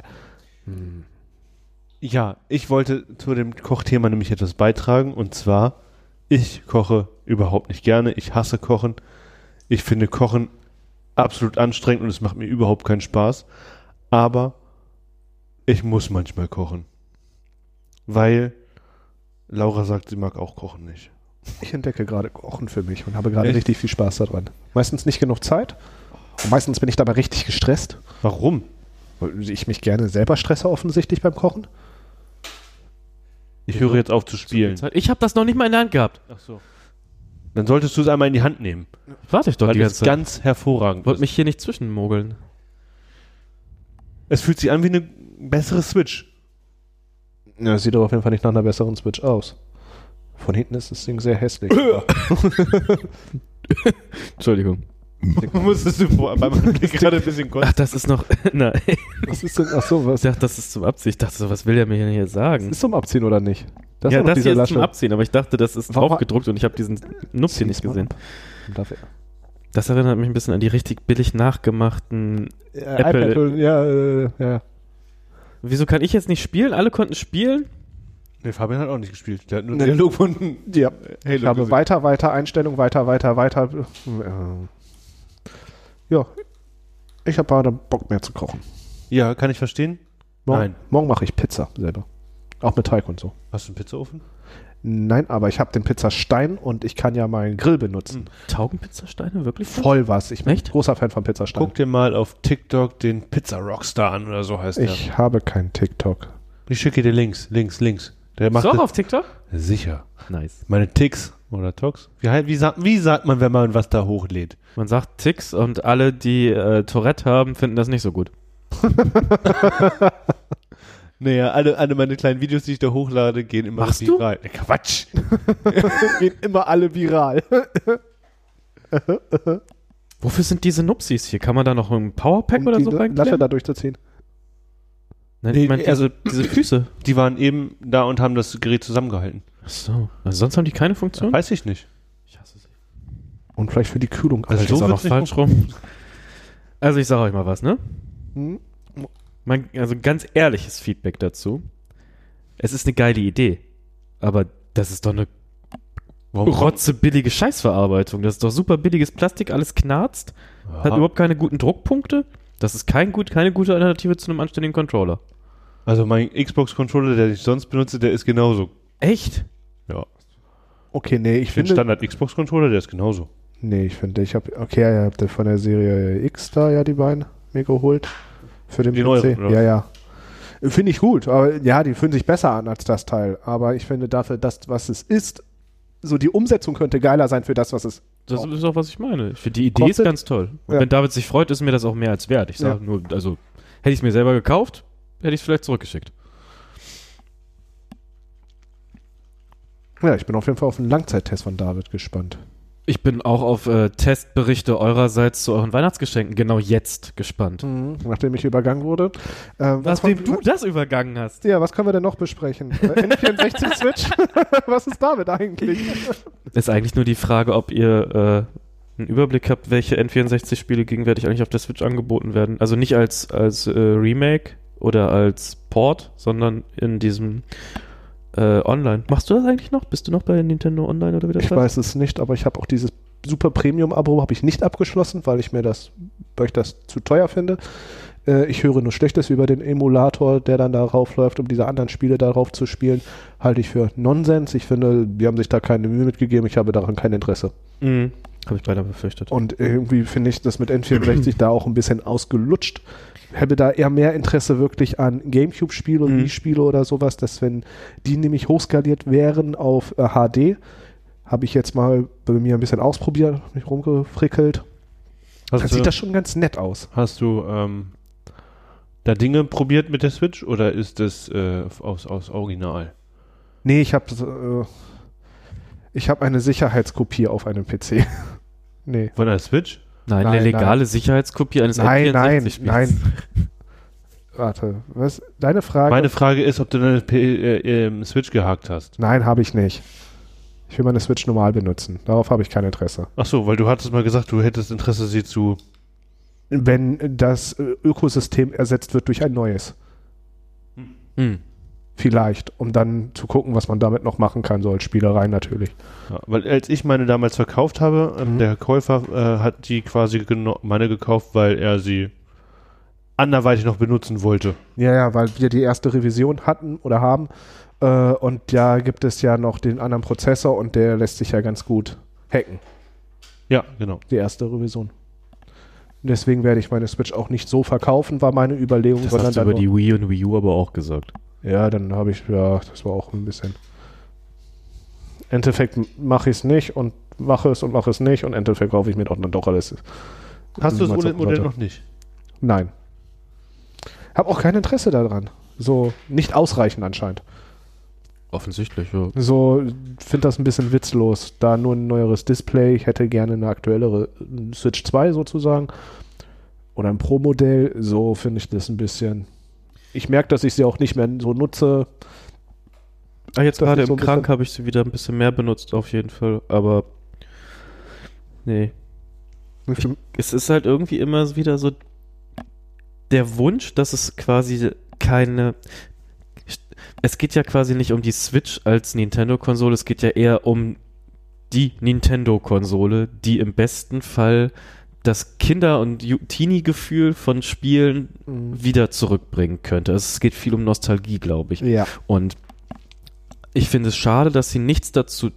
Ja, ich wollte zu dem Kochthema nämlich etwas beitragen und zwar, ich koche überhaupt nicht gerne, ich hasse Kochen. Ich finde Kochen absolut anstrengend und es macht mir überhaupt keinen Spaß, aber ich muss manchmal kochen, weil Laura sagt, sie mag auch Kochen nicht. Ich entdecke gerade Kochen für mich und habe gerade richtig viel Spaß daran. Meistens nicht genug Zeit und meistens bin ich dabei richtig gestresst. Warum? Weil ich mich gerne selber stresse offensichtlich beim Kochen. Ich höre jetzt auf zu spielen. Ich habe das noch nicht mal in der Hand gehabt. Ach so. Dann solltest du es einmal in die Hand nehmen. Warte ich doch Weil die es ganze Zeit. ganz hervorragend Wollte ist. mich hier nicht zwischenmogeln. Es fühlt sich an wie eine bessere Switch. Ja, das sieht doch auf jeden Fall nicht nach einer besseren Switch aus. Von hinten ist das Ding sehr hässlich. Entschuldigung. Musstest du beim Blick gerade ein bisschen Ach, das ist noch... Nein. Was ist denn? Achso, Ich was? dachte, das ist zum Abziehen. Ich dachte so, was will der mir hier sagen? Ist zum Abziehen oder nicht? Das Ja, war doch das diese hier ist zum Lasche. Abziehen, aber ich dachte, das ist Warum- draufgedruckt und ich habe diesen Nupsi nicht Zieh's mal gesehen. ab. Darf er? Das erinnert mich ein bisschen an die richtig billig nachgemachten Apple. iPad, ja. Wieso kann ich jetzt nicht spielen? Alle konnten spielen? Nee, Fabian hat auch nicht gespielt. Der hat nur Nee. Dialog von Ja. Halo Ich habe gesehen. weiter, Einstellung, weiter. Ja. Ich habe gerade Bock mehr zu kochen. Ja, kann ich verstehen. Nein. Morgen mache ich Pizza selber. Auch mit Teig und so. Hast du einen Pizzaofen? Nein, aber ich habe den Pizzastein und ich kann ja meinen Grill benutzen. Taugen Pizzasteine wirklich? Voll was. Ich bin Echt? großer Fan von Pizzasteinen. Guck dir mal auf TikTok den Pizza Rockstar an oder so heißt Ich habe kein TikTok. der. Ich schicke dir Links. Der macht Ist auch das- auf TikTok? sicher. Nice. Meine Ticks oder Tox. Wie sagt man, wenn man was da hochlädt? Man sagt Ticks und alle, die Tourette haben, finden das nicht so gut. Naja, alle meine kleinen Videos, die ich da hochlade, gehen immer Machst richtig du? rein. Quatsch! Gehen immer alle viral. Wofür sind diese Nupsis hier? Kann man da noch ein Powerpack oder so Lasche reinklemmen? da durchzuziehen. Nein, Nee, ich meine, also- diese Füße. Die waren eben da und haben das Gerät zusammengehalten. Ach so. Also sonst haben die keine Funktion? Weiß ich nicht. Ich hasse sie. Und vielleicht für die Kühlung. Also Vielleicht ist so auch noch wird's nicht falsch rum. Also ich sage euch mal was, ne? Hm? Also ganz ehrliches Feedback dazu. Es ist eine geile Idee. Aber das ist doch eine rotzebillige Scheißverarbeitung. Das ist doch super billiges Plastik, alles knarzt, hat Ja. überhaupt keine guten Druckpunkte. Das ist keine gute Alternative zu einem anständigen Controller. Also mein Xbox-Controller, der ich sonst benutze, der ist genauso. Echt? Ja. Okay, nee, ich Den finde. Standard-Xbox-Controller, der ist genauso. Nee, ich finde, okay, ja, ihr habt ja von der Serie X da ja die beiden mir geholt. Für den Die PC. neueren, oder? Ja. Finde ich gut, aber ja, die fühlen sich besser an als das Teil. Aber ich finde dafür, das, was es ist, so die Umsetzung könnte geiler sein für das, was es Das Oh. ist auch, was ich meine. Ich finde, die Idee ist Kostet- ganz toll. Und Ja. wenn David sich freut, ist mir das auch mehr als wert. Ich sage nur, also, hätte ich es mir selber gekauft, hätte ich es vielleicht zurückgeschickt. Ja, ich bin auf jeden Fall auf einen Langzeittest von David gespannt. Ich bin auch auf Testberichte eurerseits zu euren Weihnachtsgeschenken genau jetzt gespannt. Nachdem ich übergangen wurde. Nachdem du das übergangen hast. Ja, was können wir denn noch besprechen? N64 Switch? Was ist damit eigentlich? Ist eigentlich nur die Frage, ob ihr einen Überblick habt, welche N64-Spiele gegenwärtig eigentlich auf der Switch angeboten werden. Also nicht als Remake oder als Port, sondern in diesem Online. Machst du das eigentlich noch? Bist du noch bei Nintendo Online oder wie das heißt? Ich weiß es nicht, aber ich habe auch dieses Super Premium-Abo habe ich nicht abgeschlossen, weil ich das zu teuer finde. Ich höre nur Schlechtes über den Emulator, der dann darauf läuft, um diese anderen Spiele darauf zu spielen. Halte ich für Nonsens. Ich finde, die haben sich da keine Mühe mitgegeben. Ich habe daran kein Interesse. Mhm. Habe ich beinahe befürchtet. Und irgendwie finde ich das mit N64 da auch ein bisschen ausgelutscht. Hätte da eher mehr Interesse wirklich an Gamecube-Spiele und Wii-Spiele oder sowas, dass wenn die nämlich hochskaliert wären auf HD, habe ich jetzt mal bei mir ein bisschen ausprobiert, mich rumgefrickelt. Dann sieht das schon ganz nett aus. Hast du da Dinge probiert mit der Switch oder ist das aus Original? Nee, ich habe eine Sicherheitskopie auf einem PC. Nee. Von der Switch? Nein, eine legale Sicherheitskopie eines N64-Spiels. Nein. Warte, was? Deine Frage? Meine Frage ist, ob du deine Switch gehackt hast. Nein, habe ich nicht. Ich will meine Switch normal benutzen. Darauf habe ich kein Interesse. Ach so, weil du hattest mal gesagt, du hättest Interesse, sie zu... Wenn das Ökosystem ersetzt wird durch ein neues. Vielleicht, um dann zu gucken, was man damit noch machen kann, so als Spielerei natürlich. Ja, weil als ich meine damals verkauft habe, der Käufer hat die quasi meine gekauft, weil er sie anderweitig noch benutzen wollte. Ja, weil wir die erste Revision hatten oder haben und da gibt es ja noch den anderen Prozessor und der lässt sich ja ganz gut hacken. Ja, genau. Die erste Revision. Deswegen werde ich meine Switch auch nicht so verkaufen, war meine Überlegung. Das hast du über die Wii und Wii U aber auch gesagt. Ja, dann habe ich, das war auch ein bisschen. Im Endeffekt mache ich es nicht und mache es nicht und im Endeffekt kaufe ich mir dann doch alles. Hast du das OLED-Modell noch nicht? Nein. Habe auch kein Interesse daran. So, nicht ausreichend anscheinend. Offensichtlich, ja. So, finde das ein bisschen witzlos. Da nur ein neueres Display. Ich hätte gerne eine aktuellere Switch 2 sozusagen. Oder ein Pro-Modell. So finde ich das ein bisschen. Ich merke, dass ich sie auch nicht mehr so nutze. Jetzt gerade im Krank habe ich sie wieder ein bisschen mehr benutzt, auf jeden Fall. Aber nee. Es ist halt irgendwie immer wieder so der Wunsch, dass es quasi es geht ja quasi nicht um die Switch als Nintendo-Konsole, es geht ja eher um die Nintendo-Konsole, die im besten Fall das Kinder- und Teenie-Gefühl von Spielen wieder zurückbringen könnte. Also es geht viel um Nostalgie, glaube ich. Ja. Und ich finde es schade, dass sie nichts dazu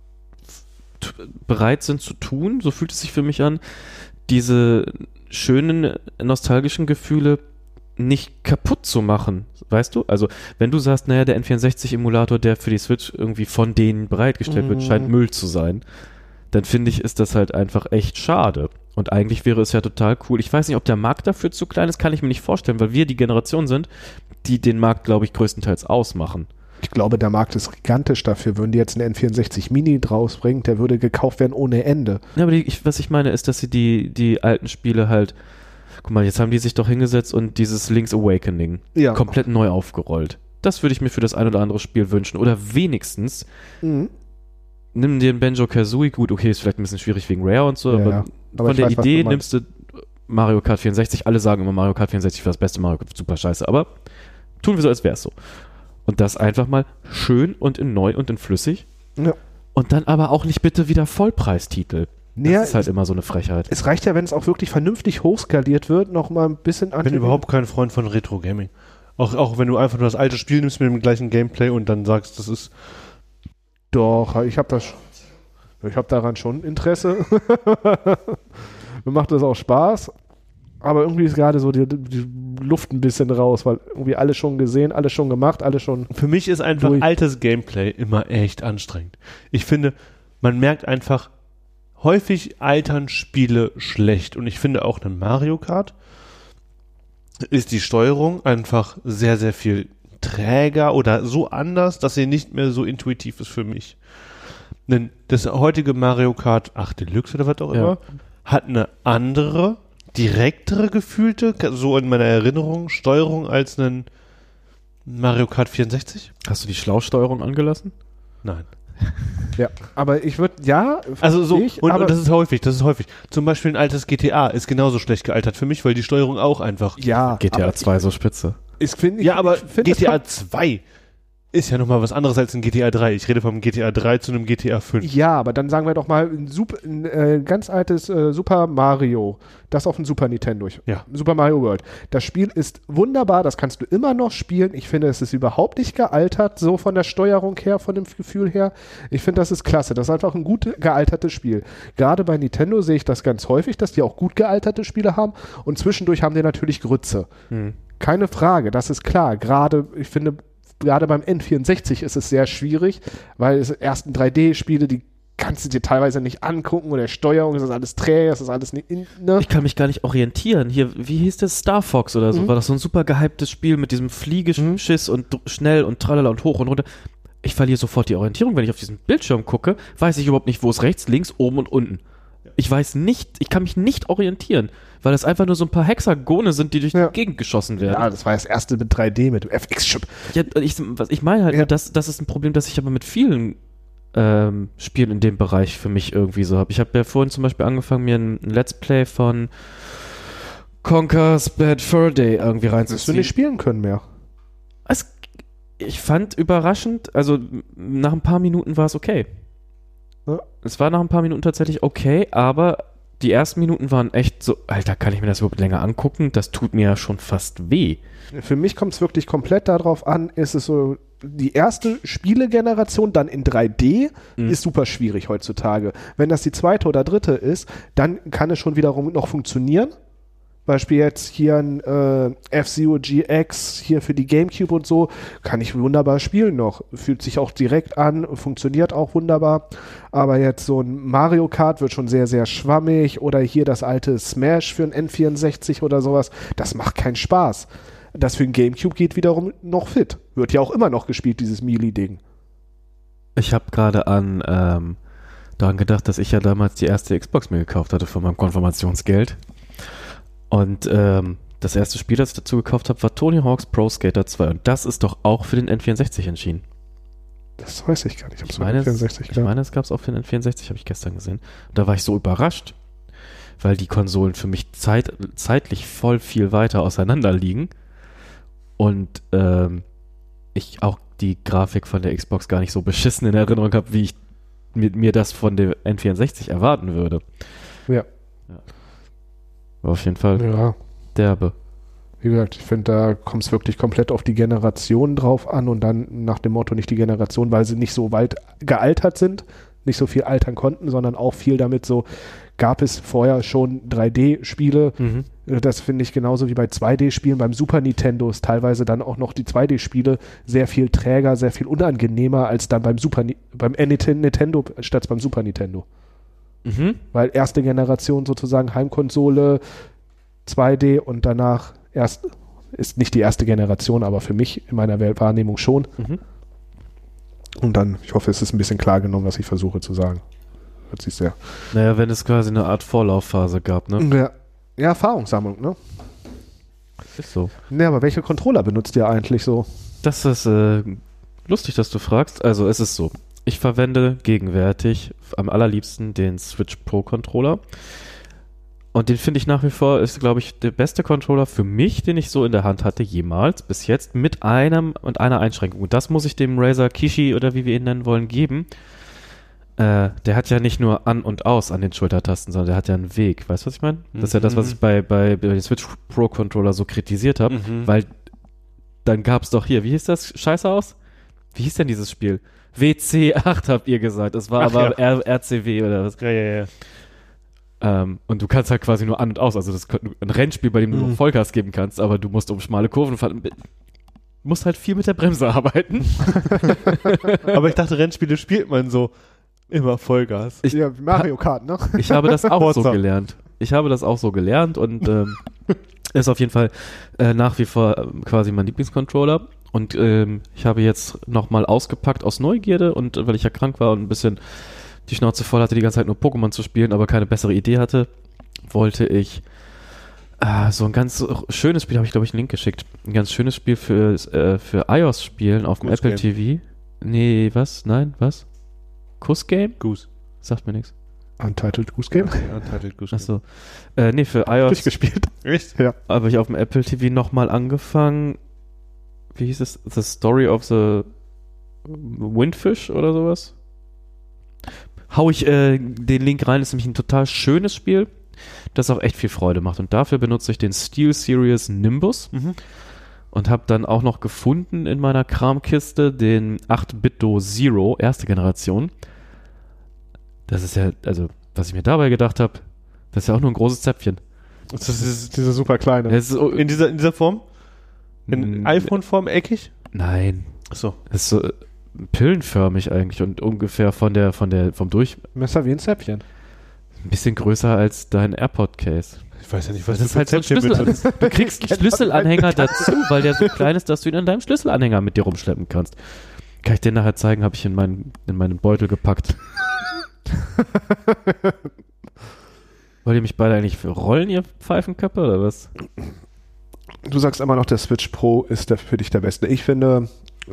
bereit sind zu tun, so fühlt es sich für mich an, diese schönen nostalgischen Gefühle nicht kaputt zu machen, weißt du? Also, wenn du sagst, naja, der N64-Emulator, der für die Switch irgendwie von denen bereitgestellt wird, scheint Müll zu sein, dann finde ich, ist das halt einfach echt schade. Und eigentlich wäre es ja total cool. Ich weiß nicht, ob der Markt dafür zu klein ist, kann ich mir nicht vorstellen, weil wir die Generation sind, die den Markt, glaube ich, größtenteils ausmachen. Ich glaube, der Markt ist gigantisch dafür. Würden die jetzt einen N64 Mini draus bringen, der würde gekauft werden ohne Ende. Ja, aber was ich meine, ist, dass sie die alten Spiele halt, guck mal, jetzt haben die sich doch hingesetzt und dieses Link's Awakening komplett neu aufgerollt. Das würde ich mir für das ein oder andere Spiel wünschen. Oder wenigstens nimm dir ein Banjo-Kazooie, gut, okay, ist vielleicht ein bisschen schwierig wegen Rare und so, aber von der Idee nimmst du Mario Kart 64, alle sagen immer Mario Kart 64 war das beste Mario Kart, super scheiße, aber tun wir so, als wäre es so. Und das einfach mal schön und in neu und in flüssig. Ja. Und dann aber auch nicht bitte wieder Vollpreistitel. Das ist halt immer so eine Frechheit. Es reicht ja, wenn es auch wirklich vernünftig hochskaliert wird, noch mal ein bisschen Ich bin überhaupt kein Freund von Retro-Gaming. Auch wenn du einfach nur das alte Spiel nimmst mit dem gleichen Gameplay und dann sagst, das ist... Doch, ich habe daran schon Interesse. Mir macht das auch Spaß. Aber irgendwie ist gerade so die Luft ein bisschen raus, weil irgendwie alles schon gesehen, alles schon gemacht, alles schon... Für mich ist einfach altes Gameplay immer echt anstrengend. Ich finde, man merkt einfach, häufig altern Spiele schlecht. Und ich finde auch in Mario Kart ist die Steuerung einfach sehr, sehr viel träger oder so anders, dass sie nicht mehr so intuitiv ist für mich. Das heutige Mario Kart 8 Deluxe oder was auch immer, hat eine andere, direktere gefühlte, so in meiner Erinnerung, Steuerung als ein Mario Kart 64? Hast du die Schlausteuerung angelassen? Nein. Ja, aber ich würde, Also so, aber und das ist häufig. Zum Beispiel ein altes GTA ist genauso schlecht gealtert für mich, weil die Steuerung auch einfach. ja, GTA 2 so spitze. Aber GTA 2 ist ja nochmal was anderes als ein GTA 3. Ich rede vom GTA 3 zu einem GTA 5. Ja, aber dann sagen wir doch mal ein ganz altes Super Mario, das auf dem Super Nintendo. Ja. Super Mario World. Das Spiel ist wunderbar, das kannst du immer noch spielen. Ich finde, es ist überhaupt nicht gealtert, so von der Steuerung her, von dem Gefühl her. Ich finde, das ist klasse. Das ist einfach ein gut gealtertes Spiel. Gerade bei Nintendo sehe ich das ganz häufig, dass die auch gut gealterte Spiele haben und zwischendurch haben die natürlich Grütze. Keine Frage, das ist klar. Ich finde, gerade beim N64 ist es sehr schwierig, weil es ersten 3D-Spiele, die kannst du dir teilweise nicht angucken oder Steuerung, ist das alles träge, ist das alles nicht, ne? Ich kann mich gar nicht orientieren. Hier, wie hieß das? Star Fox oder so? War das so ein super gehyptes Spiel mit diesem Fliegeschiss und schnell und tralala und hoch und runter? Ich verliere sofort die Orientierung, wenn ich auf diesen Bildschirm gucke, weiß ich überhaupt nicht, wo es rechts, links, oben und unten. Ich kann mich nicht orientieren, weil das einfach nur so ein paar Hexagone sind, die durch die Gegend geschossen werden. Ja, das war das erste mit 3D, mit dem FX-Chip. Ja, ich meine halt, nur, das ist ein Problem, das ich aber mit vielen Spielen in dem Bereich für mich irgendwie so habe. Ich habe ja vorhin zum Beispiel angefangen, mir ein Let's Play von Conker's Bad Fur Day irgendwie reinzuziehen. Wirst du nicht spielen können mehr. Ich fand überraschend, also nach ein paar Minuten war es okay. Ja. Es war nach ein paar Minuten tatsächlich okay, aber die ersten Minuten waren echt so, Alter, kann ich mir das überhaupt länger angucken? Das tut mir ja schon fast weh. Für mich kommt es wirklich komplett darauf an, ist es so, die erste Spielegeneration dann in 3D ist super schwierig heutzutage. Wenn das die zweite oder dritte ist, dann kann es schon wiederum noch funktionieren. Beispiel jetzt hier ein F-Zero GX hier für die Gamecube und so, kann ich wunderbar spielen noch. Fühlt sich auch direkt an, funktioniert auch wunderbar. Aber jetzt so ein Mario Kart wird schon sehr, sehr schwammig oder hier das alte Smash für ein N64 oder sowas. Das macht keinen Spaß. Das für ein Gamecube geht wiederum noch fit. Wird ja auch immer noch gespielt, dieses Melee-Ding. Ich habe gerade daran gedacht, dass ich ja damals die erste Xbox mir gekauft hatte von meinem Konfirmationsgeld. Und das erste Spiel, das ich dazu gekauft habe, war Tony Hawk's Pro Skater 2. Und das ist doch auch für den N64 erschienen. Das weiß ich gar nicht. Ich meine, es gab es auch für den N64, habe ich gestern gesehen. Und da war ich so überrascht, weil die Konsolen für mich zeitlich voll viel weiter auseinander liegen. Und ich auch die Grafik von der Xbox gar nicht so beschissen in Erinnerung habe, wie ich mir das von der N64 erwarten würde. Ja. War auf jeden Fall derbe. Wie gesagt, ich finde, da kommt es wirklich komplett auf die Generation drauf an und dann nach dem Motto nicht die Generation, weil sie nicht so weit gealtert sind, nicht so viel altern konnten, sondern auch viel damit so, gab es vorher schon 3D-Spiele. Das finde ich genauso wie bei 2D-Spielen. Beim Super Nintendo ist teilweise dann auch noch die 2D-Spiele sehr viel träger, sehr viel unangenehmer als dann beim Nintendo statt beim Super Nintendo. Weil erste Generation sozusagen Heimkonsole, 2D und danach erst ist nicht die erste Generation, aber für mich in meiner Wahrnehmung schon. Und dann, ich hoffe, es ist ein bisschen klar genommen, was ich versuche zu sagen. Hört sich sehr. Naja, wenn es quasi eine Art Vorlaufphase gab, ne? Ja, Erfahrungssammlung, ne? Ist so. Ne, aber welche Controller benutzt ihr eigentlich so? Das ist lustig, dass du fragst. Also es ist so. Ich verwende gegenwärtig am allerliebsten den Switch Pro Controller. Und den finde ich nach wie vor, ist, glaube ich, der beste Controller für mich, den ich so in der Hand hatte, jemals, bis jetzt, mit einer Einschränkung. Und das muss ich dem Razer Kishi oder wie wir ihn nennen wollen, geben. Der hat ja nicht nur an und aus an den Schultertasten, sondern der hat ja einen Weg. Weißt du, was ich meine? Das ist ja das, was ich bei den Switch Pro Controller so kritisiert habe, weil dann gab es doch hier, wie hieß das Scheiße aus? Wie hieß denn dieses Spiel? WC8 habt ihr gesagt. Es war RCW oder was? Ja. Und du kannst halt quasi nur an und aus. Also das ist ein Rennspiel, bei dem du nur Vollgas geben kannst, aber du musst um schmale Kurven fahren. Musst halt viel mit der Bremse arbeiten. Aber ich dachte, Rennspiele spielt man so immer Vollgas. Mario Kart, ne? Ich habe das auch so gelernt. Und ist auf jeden Fall nach wie vor quasi mein Lieblingscontroller. Und ich habe jetzt nochmal ausgepackt aus Neugierde und weil ich ja krank war und ein bisschen die Schnauze voll hatte, die ganze Zeit nur Pokémon zu spielen, aber keine bessere Idee hatte, wollte ich so ein ganz schönes Spiel, habe ich glaube ich einen Link geschickt, ein ganz schönes Spiel für iOS spielen auf dem Goose Apple Game. TV. Nee, was? Nein, was? Kuss Game? Goose. Sagt mir nichts. Untitled Goose Game. Untitled Goose Game. Achso. Nee, für iOS Durchgespielt. Echt? Ja. habe ich auf dem Apple TV nochmal angefangen. Wie hieß es? The Story of the Windfish oder sowas? Hau ich den Link rein, ist nämlich ein total schönes Spiel, das auch echt viel Freude macht. Und dafür benutze ich den SteelSeries Nimbus und habe dann auch noch gefunden in meiner Kramkiste den 8-Bit-Do Zero, erste Generation. Das ist ja, also, was ich mir dabei gedacht habe, das ist ja auch nur ein großes Zäpfchen. Das ist Diese super kleine. Das ist, in dieser Form? In iPhone-Form eckig? Nein. Achso. Das ist so pillenförmig eigentlich und ungefähr vom Messer wie ein Zäpfchen. ein bisschen größer als dein AirPod-Case. Ich weiß ja nicht, was Das ist halt so ein Schlüsselanhänger. Du kriegst einen Schlüsselanhänger dazu, weil der so klein ist, dass du ihn an deinem Schlüsselanhänger mit dir rumschleppen kannst. Kann ich dir nachher zeigen, habe ich in meinen Beutel gepackt. Wollt ihr mich beide eigentlich für rollen, ihr Pfeifenköpfe, oder was? Du sagst immer noch, der Switch Pro ist für dich der beste. Ich finde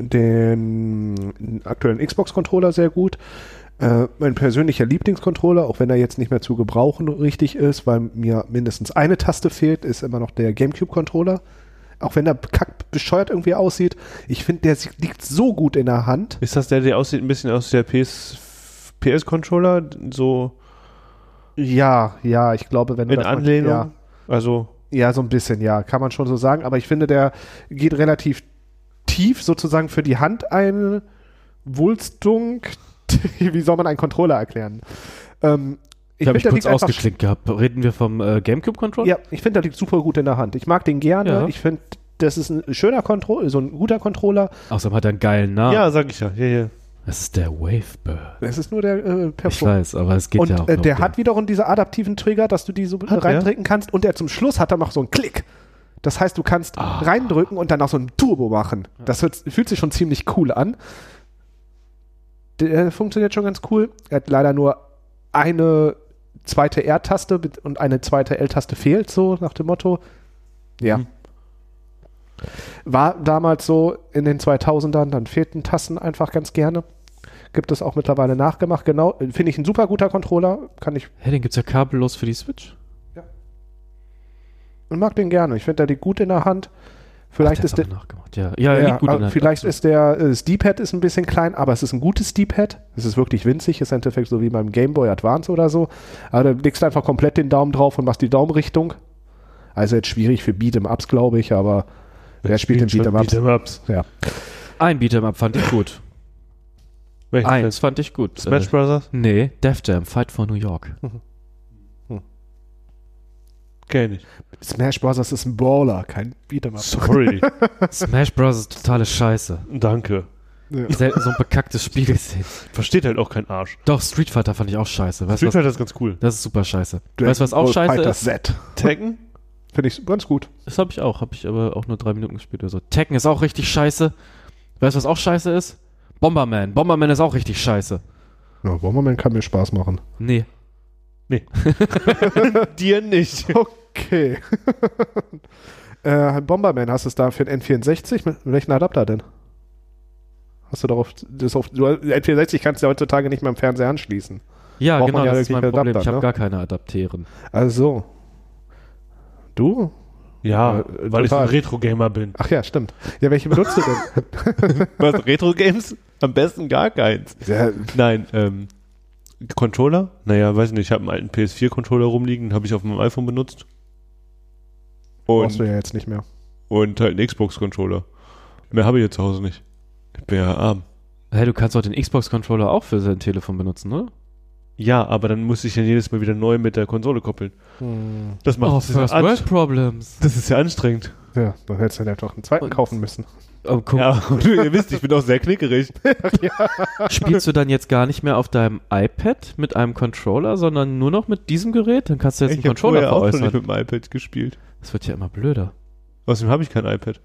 den aktuellen Xbox-Controller sehr gut. Mein persönlicher Lieblingscontroller, auch wenn er jetzt nicht mehr zu gebrauchen richtig ist, weil mir mindestens eine Taste fehlt, ist immer noch der GameCube-Controller. Auch wenn er bescheuert irgendwie aussieht. Ich finde, der liegt so gut in der Hand. Ist das der aussieht ein bisschen aus der PS-Controller? So Ja, ich glaube, wenn du in das mal- Anlehnung? Ja. Also, Ja, so ein bisschen, ja, kann man schon so sagen. Aber ich finde, der geht relativ tief sozusagen für die Handeinwulstung. Wie soll man einen Controller erklären? Ich habe mich der kurz liegt einfach- ausgeklinkt gehabt. Reden wir vom GameCube-Controller? Ja, ich finde, der liegt super gut in der Hand. Ich mag den gerne. Ja. Ich finde, das ist ein schöner Controller, so ein guter Controller. Außerdem hat er einen geilen Namen. ja, sag ich ja. Ja. Das ist der Wavebird. Es ist nur der Ich Perform. weiß, aber es geht Und ja auch. der hat wiederum diese adaptiven Trigger, dass du die so Hat reindrücken kannst. Und der zum Schluss hat dann noch so einen Klick. Das heißt, du kannst reindrücken und dann auch so ein Turbo machen. Das fühlt sich schon ziemlich cool an. Der funktioniert schon ganz cool. Er hat leider nur eine zweite R-Taste und eine zweite L-Taste fehlt, so nach dem Motto. Ja. War damals so in den 2000ern, dann fehlten Tasten einfach ganz gerne. Gibt es auch mittlerweile nachgemacht. Genau, finde ich ein super guter Controller. Kann ich, Hey, den gibt's ja kabellos für die Switch. ich mag den gerne. Ich finde, der liegt gut in der Hand. Vielleicht ist der, nachgemacht. Ja, er liegt gut in der Hand. vielleicht ist das D-Pad ist ein bisschen klein, aber es ist ein gutes D-Pad. Es ist wirklich winzig, ist im Endeffekt so wie beim Game Boy Advance oder so. Aber da legst du einfach komplett den Daumen drauf und machst die Daumenrichtung. Also jetzt schwierig für Beat'em-Ups, glaube ich, aber wer spielt den Beat'em-Ups? Beat'em-Ups. Ja. Ein Beat'em-Up fand ich gut. Eins fand ich gut. Smash Brothers? Nee, Def Jam, Fight for New York. Kenn ich. Smash Bros. Ist ein Baller, kein Beat'em-Up. Sorry. Smash Bros. Ist totale Scheiße. Danke. Selten so ein bekacktes Spiel gesehen. Versteht halt auch kein Arsch. Doch, Street Fighter fand ich auch scheiße. Weißt du Street was? Fighter ist ganz cool. Das ist super scheiße. Weißt du, was auch scheiße Fighter ist? Z. Tekken? Finde ich ganz gut. Das habe ich auch. Habe ich aber auch nur 3 Minuten gespielt oder so. Tekken ist auch richtig scheiße. Weißt du, was auch scheiße ist? Bomberman. Bomberman ist auch richtig scheiße. Ja, Bomberman kann mir Spaß machen. Nee. Dir nicht. Okay. Bomberman, hast du es da für den N64? Mit welchen Adapter denn? Hast du darauf, N64 kannst du ja heutzutage nicht mehr im Fernseher anschließen. Ja, Braucht genau, man ja das ist mein wirklich Problem. Adapter, Ich habe ne? gar keine Adapteren. Also. Du? Ja, weil ich so ein total. Retro-Gamer bin. Ach ja, stimmt. Ja, welche benutzt du denn? Was, Retro-Games? Am besten gar keins. Ja, Nein, Controller? Naja, weiß nicht, ich habe einen alten PS4-Controller rumliegen, den habe ich auf meinem iPhone benutzt. brauchst du Und ja jetzt nicht mehr. halt einen Xbox-Controller. Mehr habe ich jetzt zu Hause nicht. Ich bin ja arm. Hey, du kannst auch den Xbox-Controller auch für sein Telefon benutzen, oder? Ja, aber dann muss ich ja jedes Mal wieder neu mit der Konsole koppeln. Das macht das First World Problems. Das ist ja anstrengend. Ja, dann hättest du ja doch einen zweiten kaufen müssen. Oh, guck, Ja, und ihr wisst, ich bin auch sehr knickerig. spielst du dann jetzt gar nicht mehr auf deinem iPad mit einem Controller, sondern nur noch mit diesem Gerät? Dann kannst du jetzt einen Ich habe Controller vorher auch schon nicht veräußern. mit dem iPad gespielt. Das wird ja immer blöder. Außerdem habe ich kein iPad.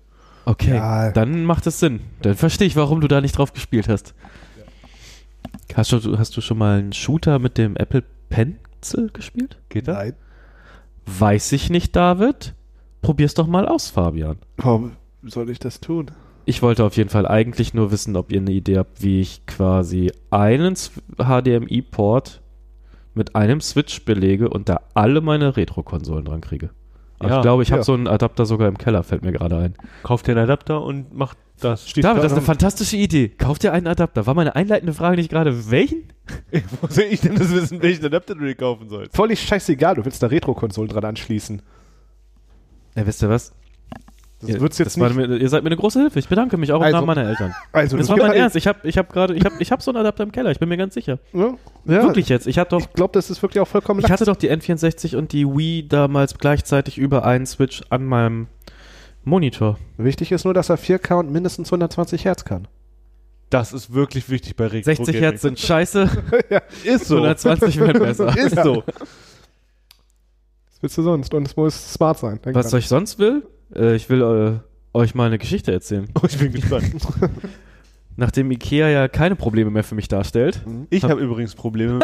Okay, Ja. dann macht es Sinn. Dann verstehe ich, warum du da nicht drauf gespielt hast. Hast du schon mal einen Shooter mit dem Apple Pencil gespielt? Geht das? Nein. Weiß ich nicht, David. Probier's doch mal aus, Fabian. Warum soll ich das tun? Ich wollte auf jeden Fall eigentlich nur wissen, ob ihr eine Idee habt, wie ich quasi einen HDMI-Port mit einem Switch belege und da alle meine Retro-Konsolen dran kriege. Aber Ja, ich glaube, ich habe ja. so einen Adapter sogar im Keller, fällt mir gerade ein. Kauft dir einen Adapter und macht das. David, das ist eine fantastische Idee. Kauf dir einen Adapter. War meine einleitende Frage nicht gerade, welchen? Wo soll ich denn das wissen, welchen Adapter du dir kaufen sollst? Völlig scheißegal, du willst da Retro-Konsolen dran anschließen. Ja, wisst ihr was? Das wird's jetzt das war nicht. ihr seid mir eine große Hilfe. Ich bedanke mich auch im Also- Namen meiner Eltern. Also, Das war mein Ernst. Ich hab so einen Adapter im Keller. Ich bin mir ganz sicher. Ja, Wirklich jetzt. Ich Ich glaube, das ist wirklich auch vollkommen hatte doch die N64 und die Wii damals gleichzeitig über einen Switch an meinem Monitor. Wichtig ist nur, dass er 4K und mindestens 120 Hertz kann. Das ist wirklich wichtig bei Retro 60 Hertz sind scheiße, Ist so. 120 werden besser. Ist so. Was willst du sonst? Und es muss smart sein. Denk Was dran. ich sonst will? Ich will euch mal eine Geschichte erzählen. Oh, ich bin gespannt. Nachdem Ikea ja keine Probleme mehr für mich darstellt. Ich habe übrigens Probleme.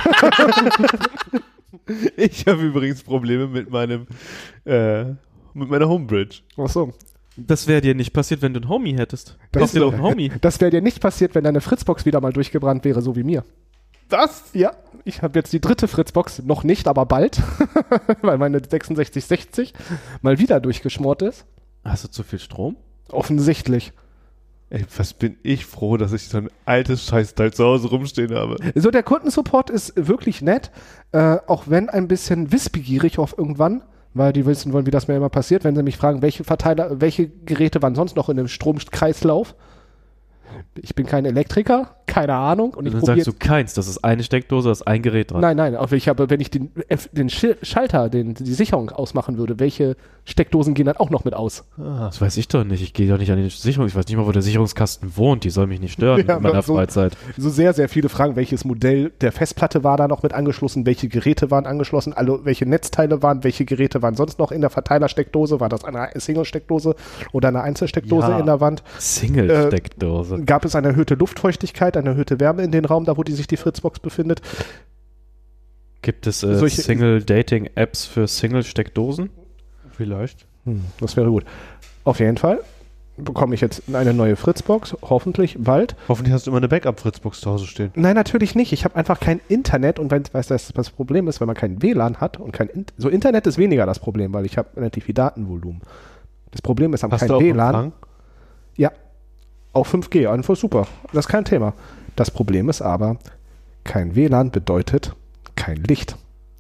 Ich habe übrigens Probleme mit meinem mit meiner Homebridge. Ach so. Das wäre dir nicht passiert, wenn du einen Homie hättest. Das Kauf dir doch einen Homie. Das wäre dir nicht passiert, wenn deine Fritzbox wieder mal durchgebrannt wäre, so wie mir. Was? Ja, ich habe jetzt die 3. Fritzbox, noch nicht, aber bald, weil meine 6660 mal wieder durchgeschmort ist. Hast du zu viel Strom? Offensichtlich. Ey, was bin ich froh, dass ich so ein altes Scheißteil zu Hause rumstehen habe. So, der Kundensupport ist wirklich nett, auch wenn ein bisschen wissbegierig auf irgendwann, weil die wissen wollen, wie das mir immer passiert, wenn sie mich fragen, welche Verteiler, welche Geräte waren sonst noch in dem Stromkreislauf. Ich bin kein Elektriker, keine Ahnung. Und Und ich dann probiere sagst du keins. Das ist eine Steckdose, da ist ein Gerät dran. Nein, aber wenn ich den Schalter, die Sicherung ausmachen würde, welche Steckdosen gehen dann auch noch mit aus? Das weiß ich doch nicht. Ich gehe doch nicht an die Sicherung. Ich weiß nicht mal, wo der Sicherungskasten wohnt. Die soll mich nicht stören Ja, in meiner so- Freizeit. So sehr, sehr viele Fragen, welches Modell der Festplatte war da noch mit angeschlossen, welche Geräte waren angeschlossen, also welche Netzteile waren, welche Geräte waren sonst noch in der Verteilersteckdose, war das eine Single-Steckdose oder eine Einzelsteckdose Ja. in der Wand? Single-Steckdose. Gab es eine erhöhte Luftfeuchtigkeit, eine erhöhte Wärme in den Raum, da wo sich die Fritzbox befindet? Gibt es solche- Single-Dating-Apps für Single-Steckdosen? Vielleicht. Das wäre gut. Auf jeden Fall bekomme ich jetzt eine neue Fritzbox, hoffentlich bald. Hoffentlich hast du immer eine Backup-Fritzbox zu Hause stehen. Nein, natürlich nicht. Ich habe einfach kein Internet und weißt du, das Problem ist, wenn man kein WLAN hat und so Internet ist weniger das Problem, weil ich habe relativ viel Datenvolumen. Das Problem ist, am Hast kein du auch WLAN. Empfang? Ja, auch 5G, einfach super. Das ist kein Thema. Das Problem ist aber, kein WLAN bedeutet kein Licht.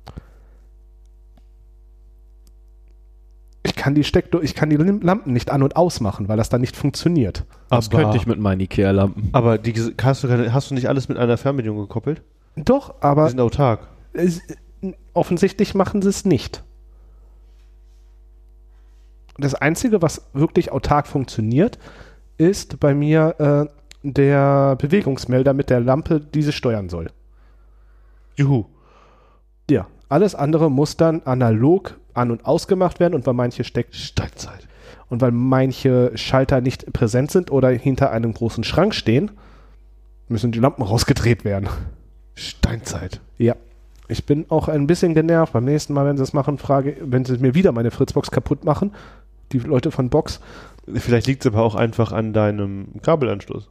Ich kann die Lampen nicht an- und ausmachen, weil das dann nicht funktioniert. Das Aber- könnte ich mit meinen Ikea-Lampen. Aber hast du nicht alles mit einer Fernbedienung gekoppelt? Doch, Die aber sind autark. offensichtlich machen sie es nicht. Das Einzige, was wirklich autark funktioniert, ist bei mir der Bewegungsmelder mit der Lampe, die sie steuern soll. Juhu. Ja, alles andere muss dann analog an- und ausgemacht werden und weil manche Steinzeit. und weil manche Schalter nicht präsent sind oder hinter einem großen Schrank stehen, müssen die Lampen rausgedreht werden. Steinzeit. Ja. Ich bin auch ein bisschen genervt. Beim nächsten Mal, wenn sie es machen, wenn sie mir wieder meine Fritzbox kaputt machen, die Leute von Box. Vielleicht liegt es aber auch einfach an deinem Kabelanschluss.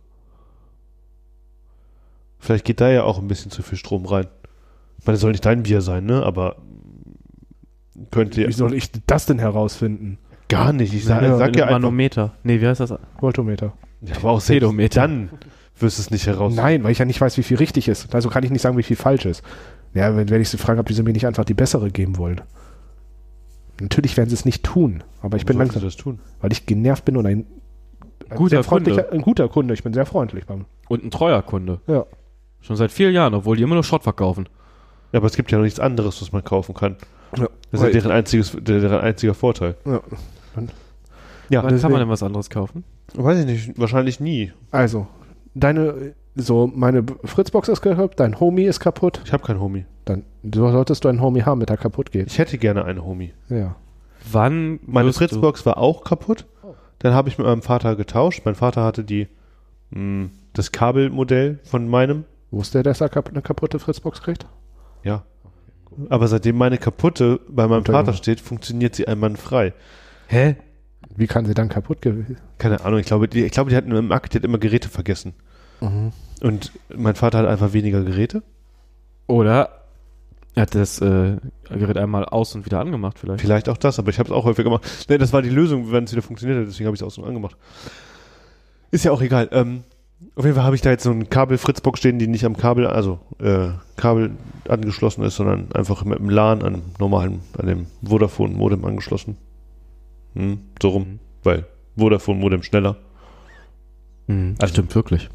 Vielleicht geht da ja auch ein bisschen zu viel Strom rein. Ich meine, das soll nicht dein Bier sein, ne? Aber könnte Wie soll ich das denn herausfinden? gar nicht. Ich sag Ja, ja einfach. Manometer. Nee, wie heißt das? Voltometer. Ja, aber auch selbst Pedometer. dann wirst du es nicht heraus. Nein, weil ich ja nicht weiß, wie viel richtig ist. Also kann ich nicht sagen, wie viel falsch ist. Ja, wenn ich sie frage, ob sie mir nicht einfach die bessere geben wollen. Natürlich werden sie es nicht tun, aber ich bin Warum sollst langsam, du das tun? weil ich genervt bin und ein Guter sehr freundlicher, Kunde. ein guter Kunde. Ich bin sehr freundlich beim. Und ein treuer Kunde. Ja. Schon seit 4 Jahren, obwohl die immer nur Schrott verkaufen. Ja, aber es gibt ja noch nichts anderes, was man kaufen kann. Ja. Das ist ja deren einziger Vorteil. Ja. Ja, Wann kann deswegen- man denn was anderes kaufen? weiß ich nicht. Wahrscheinlich nie. Also, meine Fritzbox ist kaputt, dein Homie ist kaputt. Ich habe keinen Homie. Dann solltest du einen Homie haben, mit der kaputt geht. Ich hätte gerne einen Homie. Ja. Wann Meine wirst Fritzbox war auch kaputt. Dann habe ich mit meinem Vater getauscht. Mein Vater hatte das Kabelmodell von meinem. Wusste er, dass er eine kaputte Fritzbox kriegt? Ja. Aber seitdem meine kaputte bei meinem Guter Vater Junge. steht, funktioniert sie einwandfrei. Hä? Wie kann sie dann kaputt gewesen? Keine Ahnung, ich glaube, die hatten im Akt, die hat immer Geräte vergessen. Mhm. Und mein Vater hat einfach weniger Geräte. Oder er hat das Gerät einmal aus und wieder angemacht vielleicht. Vielleicht auch das, aber ich habe es auch häufig gemacht. Nee, das war die Lösung, wenn es wieder funktioniert hat, deswegen habe ich es aus und angemacht. Ist ja auch egal. Auf jeden Fall habe ich da jetzt so ein Kabel-Fritzbox stehen, die nicht am Kabel, Kabel angeschlossen ist, sondern einfach mit dem LAN an dem Vodafone-Modem angeschlossen. So rum, weil Vodafone-Modem schneller. Das stimmt wirklich.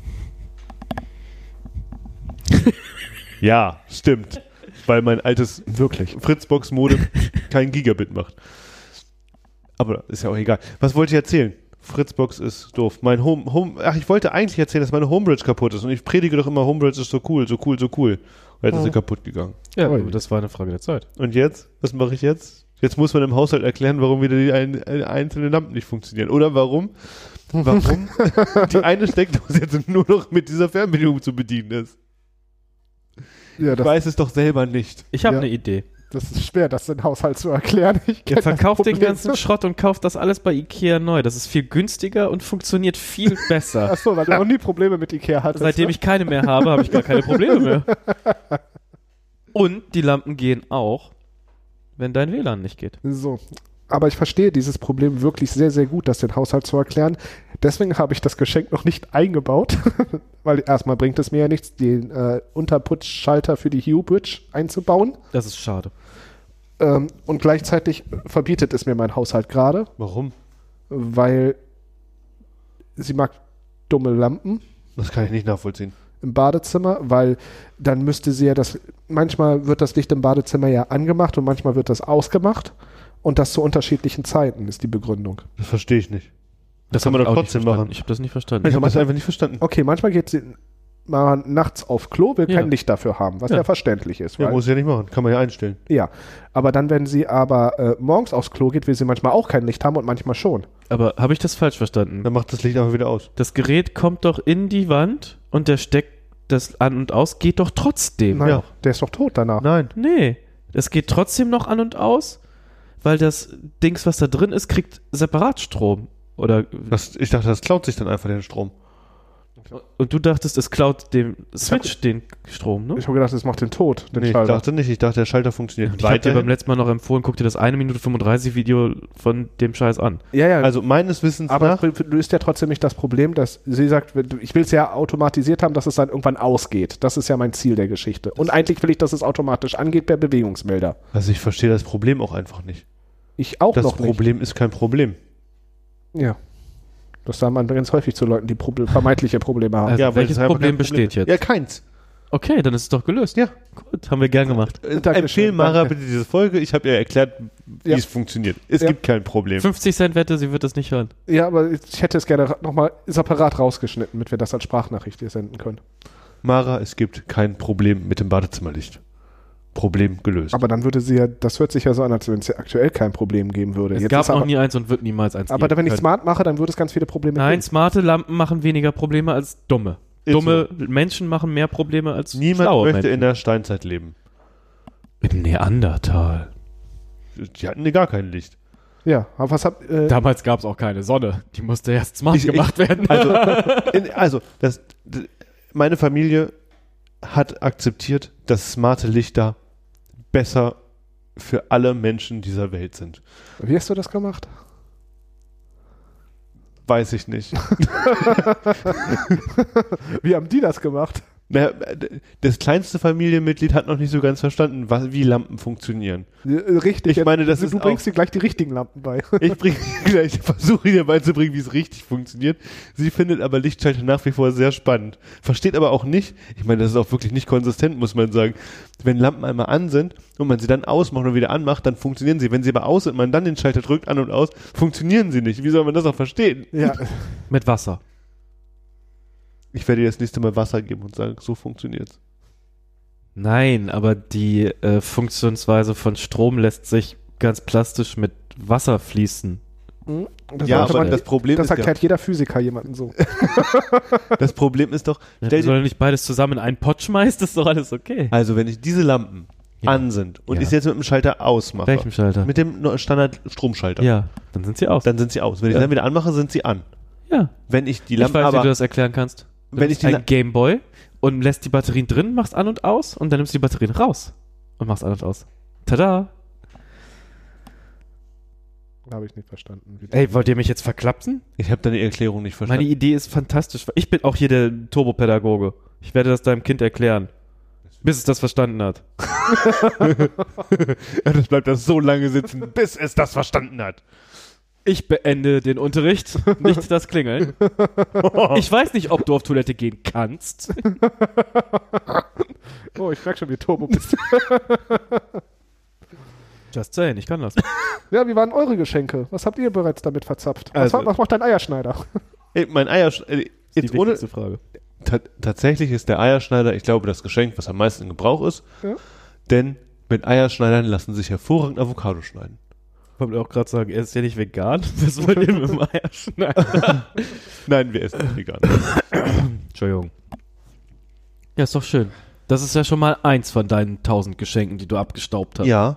Ja, stimmt. Weil mein altes Wirklich. Fritzbox-Modem kein Gigabit macht. Aber ist ja auch egal. Was wollte ich erzählen? Fritzbox ist doof. Ich wollte eigentlich erzählen, dass meine Homebridge kaputt ist. Und ich predige doch immer, Homebridge ist so cool, so cool, so cool. Und jetzt ist sie kaputt gegangen. Ja, Ui. aber das war eine Frage der Zeit. Und jetzt? Was mache ich jetzt? Jetzt muss man im Haushalt erklären, warum wieder die einzelnen Lampen nicht funktionieren. Oder warum die eine Steckdose jetzt nur noch mit dieser Fernbedienung zu bedienen ist. Ja, Ich weiß es doch selber nicht. Ich habe Ja. eine Idee. das ist schwer, das in Haushalt zu erklären. Ich kenn Ihr verkauft das den Problem. ganzen Schrott und kauft das alles bei Ikea neu. Das ist viel günstiger und funktioniert viel besser. Achso, weil du noch nie Probleme mit Ikea hattest. Seitdem ich keine mehr habe, habe ich gar keine Probleme mehr. Und die Lampen gehen auch, wenn dein WLAN nicht geht. So. Aber ich verstehe dieses Problem wirklich sehr, sehr gut, das den Haushalt zu erklären. Deswegen habe ich das Geschenk noch nicht eingebaut, weil erstmal bringt es mir ja nichts, den Unterputzschalter für die Hue-Bridge einzubauen. Das ist schade. Und gleichzeitig verbietet es mir mein Haushalt gerade, Warum? weil sie mag dumme Lampen Das kann ich nicht nachvollziehen. im Badezimmer, weil dann müsste sie ja manchmal wird das Licht im Badezimmer ja angemacht und manchmal wird das ausgemacht und das zu unterschiedlichen Zeiten ist die Begründung. Das verstehe ich nicht. Das kann man hab ich doch auch nicht trotzdem verstanden. machen. Ich habe das nicht verstanden. Ich habe das einfach nicht verstanden. Okay, manchmal geht sie mal nachts auf Klo, will Ja. kein Licht dafür haben, was ja, Ja. verständlich ist. Ja, Weil, muss ich ja nicht machen. Kann man ja einstellen. ja, aber dann, wenn sie aber morgens aufs Klo geht, will sie manchmal auch kein Licht haben und manchmal schon. Aber habe ich das falsch verstanden? Dann macht das Licht einfach wieder aus. Das Gerät kommt doch in die Wand und der steckt das an und aus, geht doch trotzdem. Nein, Ja. der ist doch tot danach. Nein. Nee, es geht trotzdem noch an und aus, weil das Dings, was da drin ist, kriegt separat Strom. Oder Ich dachte, das klaut sich dann einfach den Strom. und du dachtest, es klaut dem Switch den Strom, ne? Ich habe gedacht, das macht den tot, den Nee, ich Schalter. dachte nicht. Ich dachte, der Schalter funktioniert Ich habe dir beim weiterhin. letzten Mal noch empfohlen, guck dir das 1 Minute 35 Video von dem Scheiß an. Ja, ja, Also meines Wissens aber nach... es löst ja trotzdem nicht das Problem, dass sie sagt, ich will es ja automatisiert haben, dass es dann irgendwann ausgeht. Das ist ja mein Ziel der Geschichte. Und eigentlich will ich, dass es automatisch angeht per Bewegungsmelder. Also ich verstehe das Problem auch einfach nicht. Ich auch Das noch nicht. Problem ist kein Problem. Ja. Das sagt man ganz häufig zu Leuten, die vermeintliche Probleme haben. Also Ja, weil welches es einfach Problem kein besteht jetzt? Ja, keins. Okay, dann ist es doch gelöst. Ja. Gut, haben wir gern gemacht. Dankeschön, Empfehlen Mara danke. bitte diese Folge. Ich habe ihr erklärt, wie Ja. es funktioniert. Es Ja. gibt kein Problem. 50 Cent Wette, sie wird das nicht hören. Ja, aber ich hätte es gerne nochmal separat rausgeschnitten, damit wir das als Sprachnachricht hier senden können. Mara, es gibt kein Problem mit dem Badezimmerlicht. Problem gelöst. Aber dann würde sie ja, das hört sich ja so an, als wenn es ja aktuell kein Problem geben würde. Es Jetzt gab ist noch aber, nie eins und wird niemals eins aber geben wenn ich können. smart mache, dann würde es ganz viele Probleme Nein, geben. smarte Lampen machen weniger Probleme als dumme. Ist Dumme Menschen machen mehr Probleme als Niemand schlaue möchte Menschen. in der Steinzeit leben. Im Neandertal. Die hatten gar kein Licht. Ja, aber was habt Damals gab es auch keine Sonne. Die musste erst smart Ich- gemacht werden. Meine Familie hat akzeptiert, dass smarte Lichter besser für alle Menschen dieser Welt sind. wie hast du das gemacht? Weiß ich nicht. Wie haben die das gemacht? Naja, das kleinste Familienmitglied hat noch nicht so ganz verstanden, wie Lampen funktionieren. Richtig. Ich meine, das du ist bringst dir gleich die richtigen Lampen bei. Ich versuche ihr beizubringen, wie es richtig funktioniert. Sie findet aber Lichtschalter nach wie vor sehr spannend. Versteht aber auch nicht, ich meine, das ist auch wirklich nicht konsistent, muss man sagen. Wenn Lampen einmal an sind und man sie dann ausmacht und wieder anmacht, dann funktionieren sie. Wenn sie aber aus sind und man dann den Schalter drückt, an und aus, funktionieren sie nicht. Wie soll man das auch verstehen? Ja, Mit Wasser. Ich werde ihr das nächste Mal Wasser geben und sagen, so funktioniert's. Nein, aber die Funktionsweise von Strom lässt sich ganz plastisch mit Wasser fließen Das Ja, sollte aber man- das Problem das ist ja, erklärt jeder Physiker jemandem so. das Problem ist doch, Ja, stell soll dir, er nicht beides zusammen in einen Pott schmeißt, ist doch alles okay. also wenn ich diese Lampen Ja. an sind und Ja. ich sie jetzt mit dem Schalter ausmache, Welchem Schalter? mit dem Standard-Stromschalter, Ja, dann sind sie aus. dann sind sie aus. Wenn ich Ja. dann wieder anmache, sind sie an. Ja, Wenn ich die ich Lampen weiß, wie du aber, das erklären kannst. Du wenn nimmst ich die ein Gameboy und lässt die Batterien drin, machst an und aus und dann nimmst du die Batterien raus und machst an und aus. Tada! Habe ich nicht verstanden. Ey, wollt ihr mich jetzt verklapsen? ich habe deine Erklärung nicht verstanden. Meine Idee ist fantastisch. Ich bin auch hier der Turbopädagoge. Ich werde das deinem Kind erklären. Bis es das verstanden hat. Das bleibt da so lange sitzen, bis es das verstanden hat. Ich beende den Unterricht, nicht das Klingeln. Ich weiß nicht, ob du auf Toilette gehen kannst. Oh, ich merke schon, wie Turbo bist. Just saying, ich kann das. Ja, wie waren eure Geschenke? Was habt ihr bereits damit verzapft? Also- Was macht dein Eierschneider? Ey, mein jetzt ohne, Frage. tatsächlich ist der Eierschneider, ich glaube, das Geschenk, was am meisten in Gebrauch ist, Ja. denn mit Eierschneidern lassen sich hervorragend Avocado schneiden. Ich wollte auch gerade sagen, er ist ja nicht vegan. Das wollt ihr mit dem Eier schneiden. Nein, wir essen nicht vegan. Entschuldigung. Ja, ist doch schön. Das ist ja schon mal eins von deinen 1000 Geschenken, die du abgestaubt hast. Ja,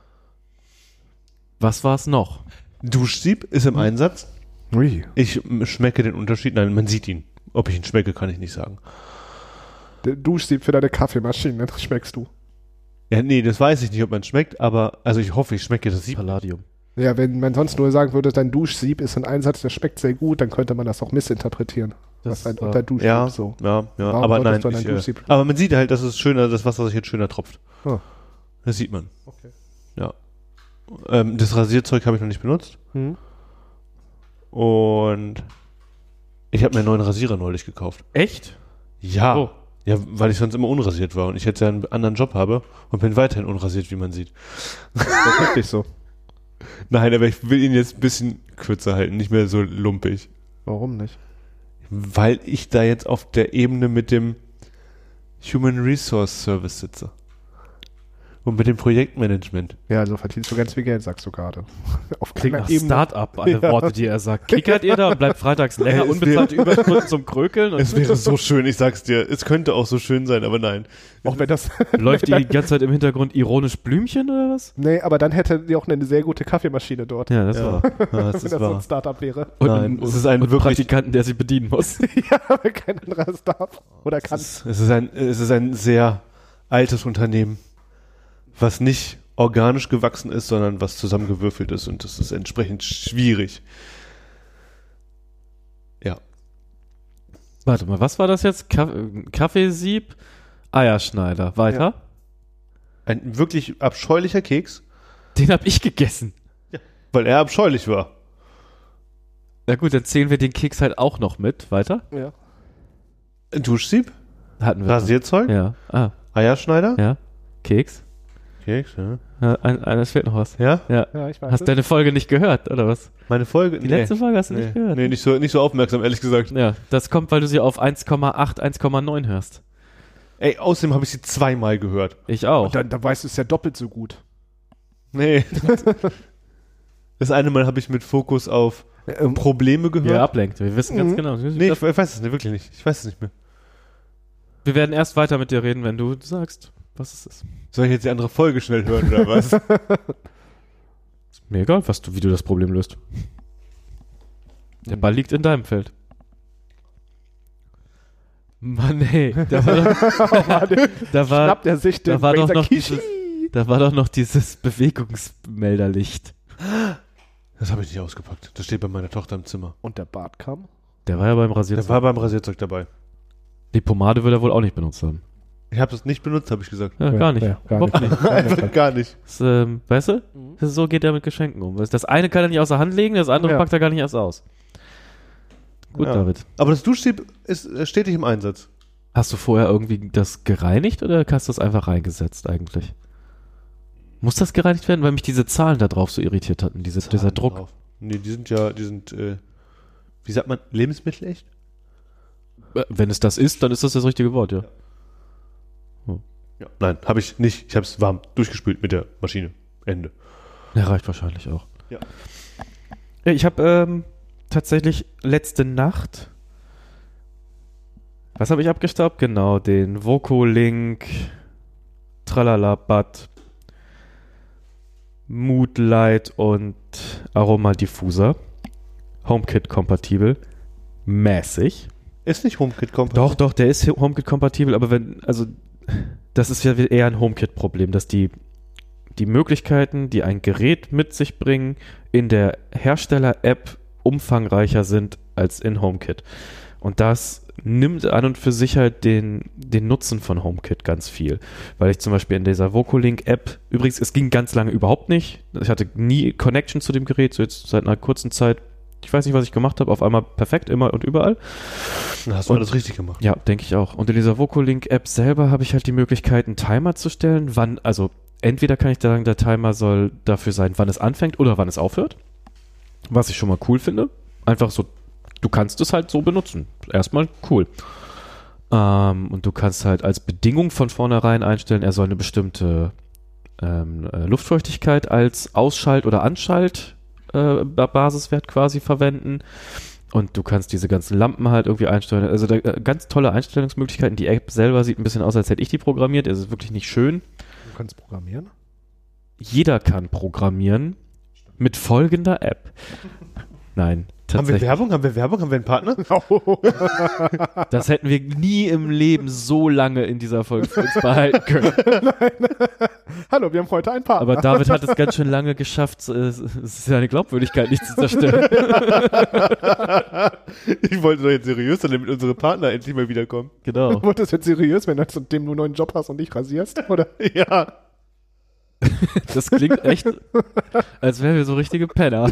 Was war es noch? Duschsieb ist im Einsatz. Ui. Ich schmecke den Unterschied. Nein, man sieht ihn. Ob ich ihn schmecke, kann ich nicht sagen. Der Duschsieb für deine Kaffeemaschine, das schmeckst du. Ja, nee, das weiß ich nicht, ob man schmeckt, aber also ich hoffe, ich schmecke das Sieb. Palladium. Ja, wenn man sonst nur sagen würde, dein Duschsieb ist ein Einsatz, der schmeckt sehr gut, dann könnte man das auch missinterpretieren. Das was war- dein Duschsieb Ja, so. ja, Warum aber nein. solltest du an ein Ich, Duschsieb- aber man sieht halt, dass es schöner, das Wasser sich jetzt schöner tropft. Ah. Das sieht man. Okay. Ja. Das Rasierzeug habe ich noch nicht benutzt. Hm. Und ich habe mir einen neuen Rasierer neulich gekauft. Echt? Ja. Oh. Ja, weil ich sonst immer unrasiert war und ich jetzt ja einen anderen Job habe und bin weiterhin unrasiert, wie man sieht. Das ist richtig so. Nein, aber ich will ihn jetzt ein bisschen kürzer halten, nicht mehr so lumpig. Warum nicht? Weil ich da jetzt auf der Ebene mit dem Human Resource Service sitze. Und mit dem Projektmanagement. Ja, also verdienst du ganz viel Geld, sagst du gerade. Auf Klingt keiner nach Ebene. Start-up, alle Worte, die er sagt. Kickert ihr da und bleibt freitags länger Es unbezahlte Überstunden zum Krökeln? Und Es wäre so schön, ich sag's dir. Es könnte auch so schön sein, aber nein. Auch wenn das. läuft die ganze Zeit im Hintergrund ironisch Blümchen oder was? Nee, aber dann hätte die auch eine sehr gute Kaffeemaschine dort. Ja, das war. Ja, das wenn ist das so ein wahr. Startup wäre. Und Nein, es ist ein und wirklich- Praktikanten, der sie bedienen muss. Ja, aber kein anderer es darf. Oder kann. Es ist ein sehr altes Unternehmen, was nicht organisch gewachsen ist, sondern was zusammengewürfelt ist und das ist entsprechend schwierig. Ja. Warte mal, was war das jetzt? Kaffeesieb, Eierschneider. Weiter? Ein wirklich abscheulicher Keks, Den habe ich gegessen. weil er abscheulich war. Na gut, dann zählen wir den Keks halt auch noch mit. Weiter? Ja. Ein Duschsieb, Hatten wir. Rasierzeug, Ja. Ah, Eierschneider, ja. Keks. Keks, ja. Es fehlt noch was. Ja? Ja. Ja, ich weiß. Hast es. deine Folge nicht gehört, oder was? Meine Folge? Die letzte Folge hast du nicht gehört. Nee, nicht so aufmerksam, ehrlich gesagt. Ja, das kommt, weil du sie auf 1,8, 1,9 hörst. Ey, außerdem habe ich sie zweimal gehört. Ich auch. Und dann weißt du es ja doppelt so gut. Nee. Das eine Mal habe ich mit Fokus auf Probleme Wie er gehört. ablenkt. Wir wissen ganz Mhm. genau. Nee, ich weiß es nicht, wirklich nicht. Ich weiß es nicht mehr. Wir werden erst weiter mit dir reden, wenn du sagst, was es ist. Soll ich jetzt die andere Folge schnell hören oder was? Ist mir egal, wie du das Problem löst. Der Ball liegt in deinem Feld. Mann, ey. Da war doch, da war, Schnappt er sich den da war doch Razer noch Kishi. da war doch noch dieses Bewegungsmelderlicht. Das habe ich nicht ausgepackt. Das steht bei meiner Tochter im Zimmer. Und der Bart kam. Der war ja beim Der Rasierzeug. war beim Rasierzeug dabei. Die Pomade will er wohl auch nicht benutzt haben. Ich habe das nicht benutzt, habe ich gesagt. Ja, gar nicht. Ja, gar Überhaupt nicht. nicht. Einfach gar nicht. Das, weißt du? So geht er mit Geschenken um. Das eine kann er nicht außer Hand legen, das andere Ja. packt er gar nicht erst aus. Gut, Ja. David. Aber das Duschsieb ist stetig im Einsatz. Hast du vorher irgendwie das gereinigt oder hast du das einfach reingesetzt eigentlich? Muss das gereinigt werden, weil mich diese Zahlen da drauf so irritiert hatten, dieser Druck? Drauf. Nee, die sind, wie sagt man, lebensmittelecht? Wenn es das ist, dann ist das das richtige Wort, ja. Ja. Nein, habe ich nicht. Ich habe es warm durchgespült mit der Maschine. Ende. Ja, reicht wahrscheinlich auch. Ja. Ich habe tatsächlich letzte Nacht, was habe ich abgestaubt? Genau, den Vocolink Tralala Bud Moodlight und Aroma Diffuser. HomeKit-kompatibel. Mäßig. Ist nicht HomeKit-kompatibel? Doch, der ist HomeKit-kompatibel, aber das ist ja eher ein HomeKit-Problem, dass die Möglichkeiten, die ein Gerät mit sich bringen, in der Hersteller-App umfangreicher sind als in HomeKit. Und das nimmt an und für sich halt den Nutzen von HomeKit ganz viel. Weil ich zum Beispiel in dieser Vocolink-App, übrigens, es ging ganz lange überhaupt nicht. Ich hatte nie Connection zu dem Gerät, so jetzt seit einer kurzen Zeit. Ich weiß nicht, was ich gemacht habe, auf einmal perfekt, immer und überall. Dann hast du alles richtig gemacht. Ja, denke ich auch. Und in dieser Vocolink-App selber habe ich halt die Möglichkeit, einen Timer zu stellen, entweder kann ich sagen, der Timer soll dafür sein, wann es anfängt oder wann es aufhört. Was ich schon mal cool finde. Einfach so, du kannst es halt so benutzen. Erstmal cool. Und du kannst halt als Bedingung von vornherein einstellen, er soll eine bestimmte Luftfeuchtigkeit als Ausschalt- oder Anschalt-Basiswert quasi verwenden. Und du kannst diese ganzen Lampen halt irgendwie einstellen. Also ganz tolle Einstellungsmöglichkeiten. Die App selber sieht ein bisschen aus, als hätte ich die programmiert. Es ist wirklich nicht schön. Du kannst programmieren? Jeder kann programmieren mit folgender App. Nein, tatsächlich. Haben wir Werbung? Haben wir einen Partner? Das hätten wir nie im Leben so lange in dieser Folge für uns behalten können. Nein. Hallo, wir haben heute einen Partner. Aber David hat es ganz schön lange geschafft, seine Glaubwürdigkeit nicht zu zerstören. Ich wollte doch jetzt seriös sein, damit unsere Partner endlich mal wiederkommen. Genau. Wurde das jetzt seriös, wenn du zu dem du einen neuen Job hast und dich rasierst? Oder? Ja. Das klingt echt, als wären wir so richtige Penner.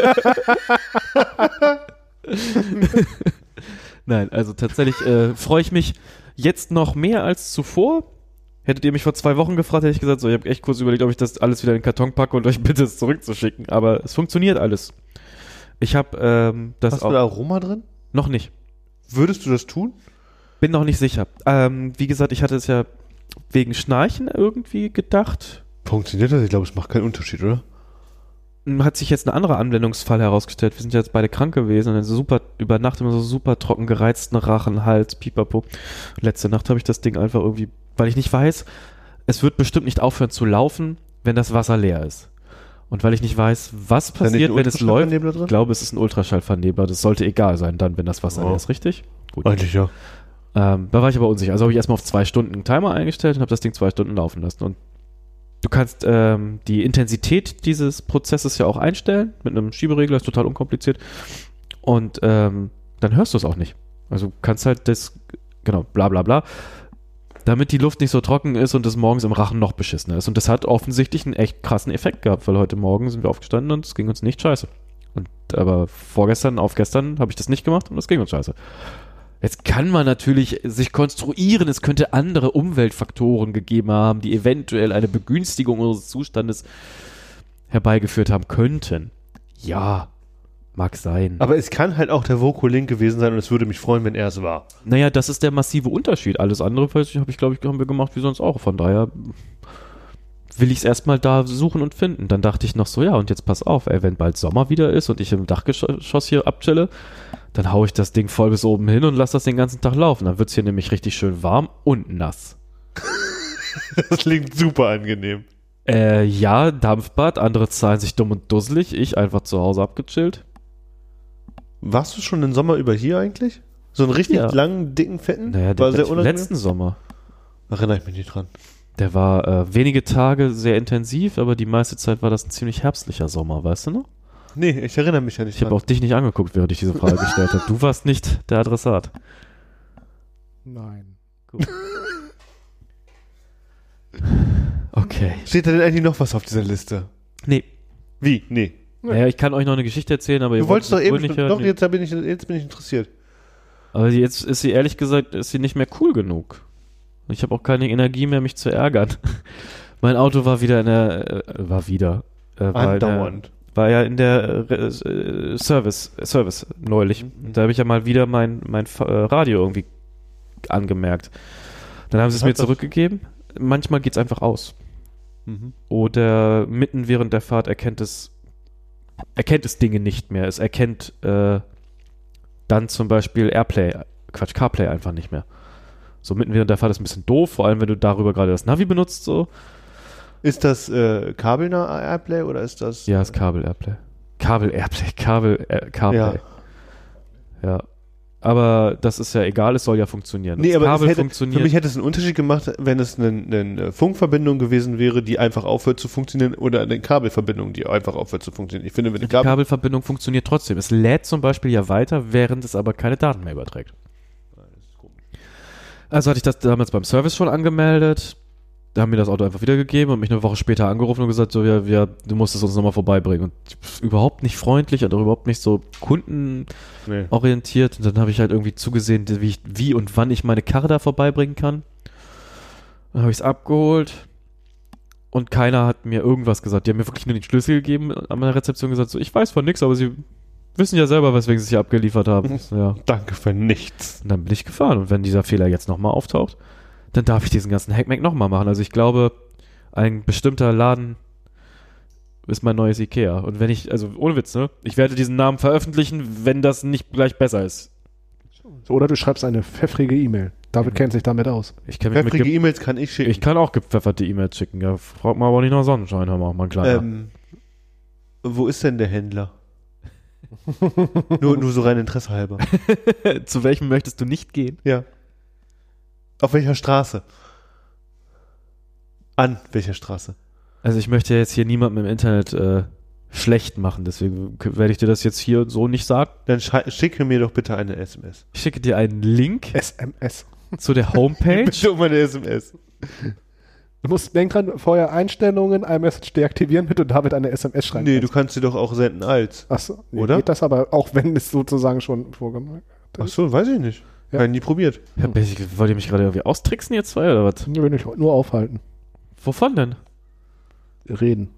Nein, also tatsächlich freue ich mich jetzt noch mehr als zuvor. Hättet ihr mich vor 2 Wochen gefragt, hätte ich gesagt, so, ich habe echt kurz überlegt, ob ich das alles wieder in den Karton packe und euch bitte es zurückzuschicken. Aber es funktioniert alles. Ich habe das Hast auch du da Aroma drin? noch nicht. Würdest du das tun? Bin noch nicht sicher. Wie gesagt, ich hatte es ja wegen Schnarchen irgendwie gedacht. Funktioniert das? Ich glaube, es macht keinen Unterschied, oder? Hat sich jetzt ein anderer Anwendungsfall herausgestellt. Wir sind ja jetzt beide krank gewesen und über Nacht immer so super trocken gereizten Rachen, Hals, Pipapo. Letzte Nacht habe ich das Ding einfach irgendwie, weil ich nicht weiß, es wird bestimmt nicht aufhören zu laufen, wenn das Wasser leer ist. Und weil ich nicht weiß, was passiert, wenn es läuft. Ich glaube, es ist ein Ultraschallvernebler. Das sollte egal sein dann, wenn das Wasser leer ist, richtig? Gut. Eigentlich ja. Da war ich aber unsicher. Also habe ich erstmal auf 2 Stunden einen Timer eingestellt und habe das Ding 2 Stunden laufen lassen. Und du kannst die Intensität dieses Prozesses ja auch einstellen mit einem Schieberegler, ist total unkompliziert. Und dann hörst du es auch nicht. Also kannst halt bla bla bla, damit die Luft nicht so trocken ist und es morgens im Rachen noch beschissener ist. Und das hat offensichtlich einen echt krassen Effekt gehabt, weil heute Morgen sind wir aufgestanden und es ging uns nicht scheiße. Aber auf gestern habe ich das nicht gemacht und es ging uns scheiße. Jetzt kann man natürlich sich konstruieren, es könnte andere Umweltfaktoren gegeben haben, die eventuell eine Begünstigung unseres Zustandes herbeigeführt haben könnten. Ja, mag sein. Aber es kann halt auch der Vocolink gewesen sein und es würde mich freuen, wenn er es war. Naja, das ist der massive Unterschied. Alles andere, haben wir gemacht wie sonst auch. Von daher will ich es erstmal da suchen und finden. Dann dachte ich noch so, ja, und jetzt pass auf, ey, wenn bald Sommer wieder ist und ich im Dachgeschoss hier abchille, dann haue ich das Ding voll bis oben hin und lasse das den ganzen Tag laufen. Dann wird es hier nämlich richtig schön warm und nass. Das klingt super angenehm. Ja, Dampfbad, andere zahlen sich dumm und dusselig, ich einfach zu Hause abgechillt. Warst du schon den Sommer über hier eigentlich? So einen richtig langen, dicken, fetten? Naja, war sehr unangenehm? Letzten Sommer. Erinnere ich mich nicht dran. Der war wenige Tage sehr intensiv, aber die meiste Zeit war das ein ziemlich herbstlicher Sommer, weißt du noch? Nee, ich erinnere mich ja nicht Ich habe auch dich nicht angeguckt, während ich diese Frage gestellt habe. Du warst nicht der Adressat. Nein. Gut. Okay. Steht da denn eigentlich noch was auf dieser Liste? Nee. Wie? Nee. Naja, ich kann euch noch eine Geschichte erzählen, aber Du wolltest doch eben nicht schon, hören. doch, jetzt bin ich interessiert. Aber jetzt ist sie, ehrlich gesagt, nicht mehr cool genug. Ich habe auch keine Energie mehr, mich zu ärgern. Mein Auto war wieder Andauernd. War ja in der Service neulich. Und da habe ich ja mal wieder mein Radio irgendwie angemerkt. Dann haben sie es mir zurückgegeben. Manchmal geht es einfach aus. Mhm. Oder mitten während der Fahrt erkennt es erkennt es Dinge nicht mehr. Es erkennt dann zum Beispiel CarPlay einfach nicht mehr. So mitten während der Fahrt ist ein bisschen doof, vor allem wenn du darüber gerade das Navi benutzt. So. Ist das kabelnah AirPlay oder ist das... Ja, ist Kabel-AirPlay. CarPlay. Ja. Aber das ist ja egal, es soll ja funktionieren. Nee, das aber Kabel für funktioniert. mich hätte es einen Unterschied gemacht, wenn es eine Funkverbindung gewesen wäre, die einfach aufhört zu funktionieren, oder eine Kabelverbindung, die einfach aufhört zu funktionieren. Ich finde, wenn Die Kabelverbindung funktioniert trotzdem. Es lädt zum Beispiel ja weiter, während es aber keine Daten mehr überträgt. Also hatte ich das damals beim Service schon angemeldet. Da haben mir das Auto einfach wiedergegeben und mich eine Woche später angerufen und gesagt, so, du musst es uns nochmal vorbeibringen. Und überhaupt nicht freundlich und auch überhaupt nicht so kundenorientiert. Und dann habe ich halt irgendwie zugesehen, wie und wann ich meine Karre da vorbeibringen kann. Dann habe ich es abgeholt und keiner hat mir irgendwas gesagt. Die haben mir wirklich nur den Schlüssel gegeben, an meiner Rezeption gesagt, so, ich weiß von nichts, aber sie wissen ja selber, weswegen sie es hier abgeliefert haben. Ja. Danke für nichts. Und dann bin ich gefahren. Und wenn dieser Fehler jetzt nochmal auftaucht, dann darf ich diesen ganzen Hackmack nochmal machen. Also ich glaube, ein bestimmter Laden ist mein neues Ikea. Und wenn ich, also ohne Witz, ne? Ich werde diesen Namen veröffentlichen, wenn das nicht gleich besser ist. Oder du schreibst eine pfeffrige E-Mail. David kennt sich damit aus. Ich kenn mich mit Pfeffrige E-Mails kann ich schicken. Ich kann auch gepfefferte E-Mails schicken. Ja, frag mal aber nicht nach Sonnenschein, hör mal, mein Kleiner. Wo ist denn der Händler? nur so rein Interesse halber. Zu welchem möchtest du nicht gehen? Ja. Auf welcher Straße? An welcher Straße? Also ich möchte jetzt hier niemandem im Internet schlecht machen, deswegen werde ich dir das jetzt hier so nicht sagen. Dann schicke mir doch bitte eine SMS. Ich schicke dir einen Link SMS. zu der Homepage. Bitte um eine SMS. Du musst, denk dran, vorher Einstellungen, iMessage deaktivieren, bitte David eine SMS schreiben. Nee, du kannst sie doch auch senden als. Achso, nee, oder? Geht das aber auch, wenn es sozusagen schon vorgemacht ist? Achso, weiß ich nicht. Ja. Habe ich nie probiert. Wollt ihr mich gerade irgendwie austricksen, ihr zwei, oder was? Nee, will ich nur aufhalten. Wovon denn? Reden.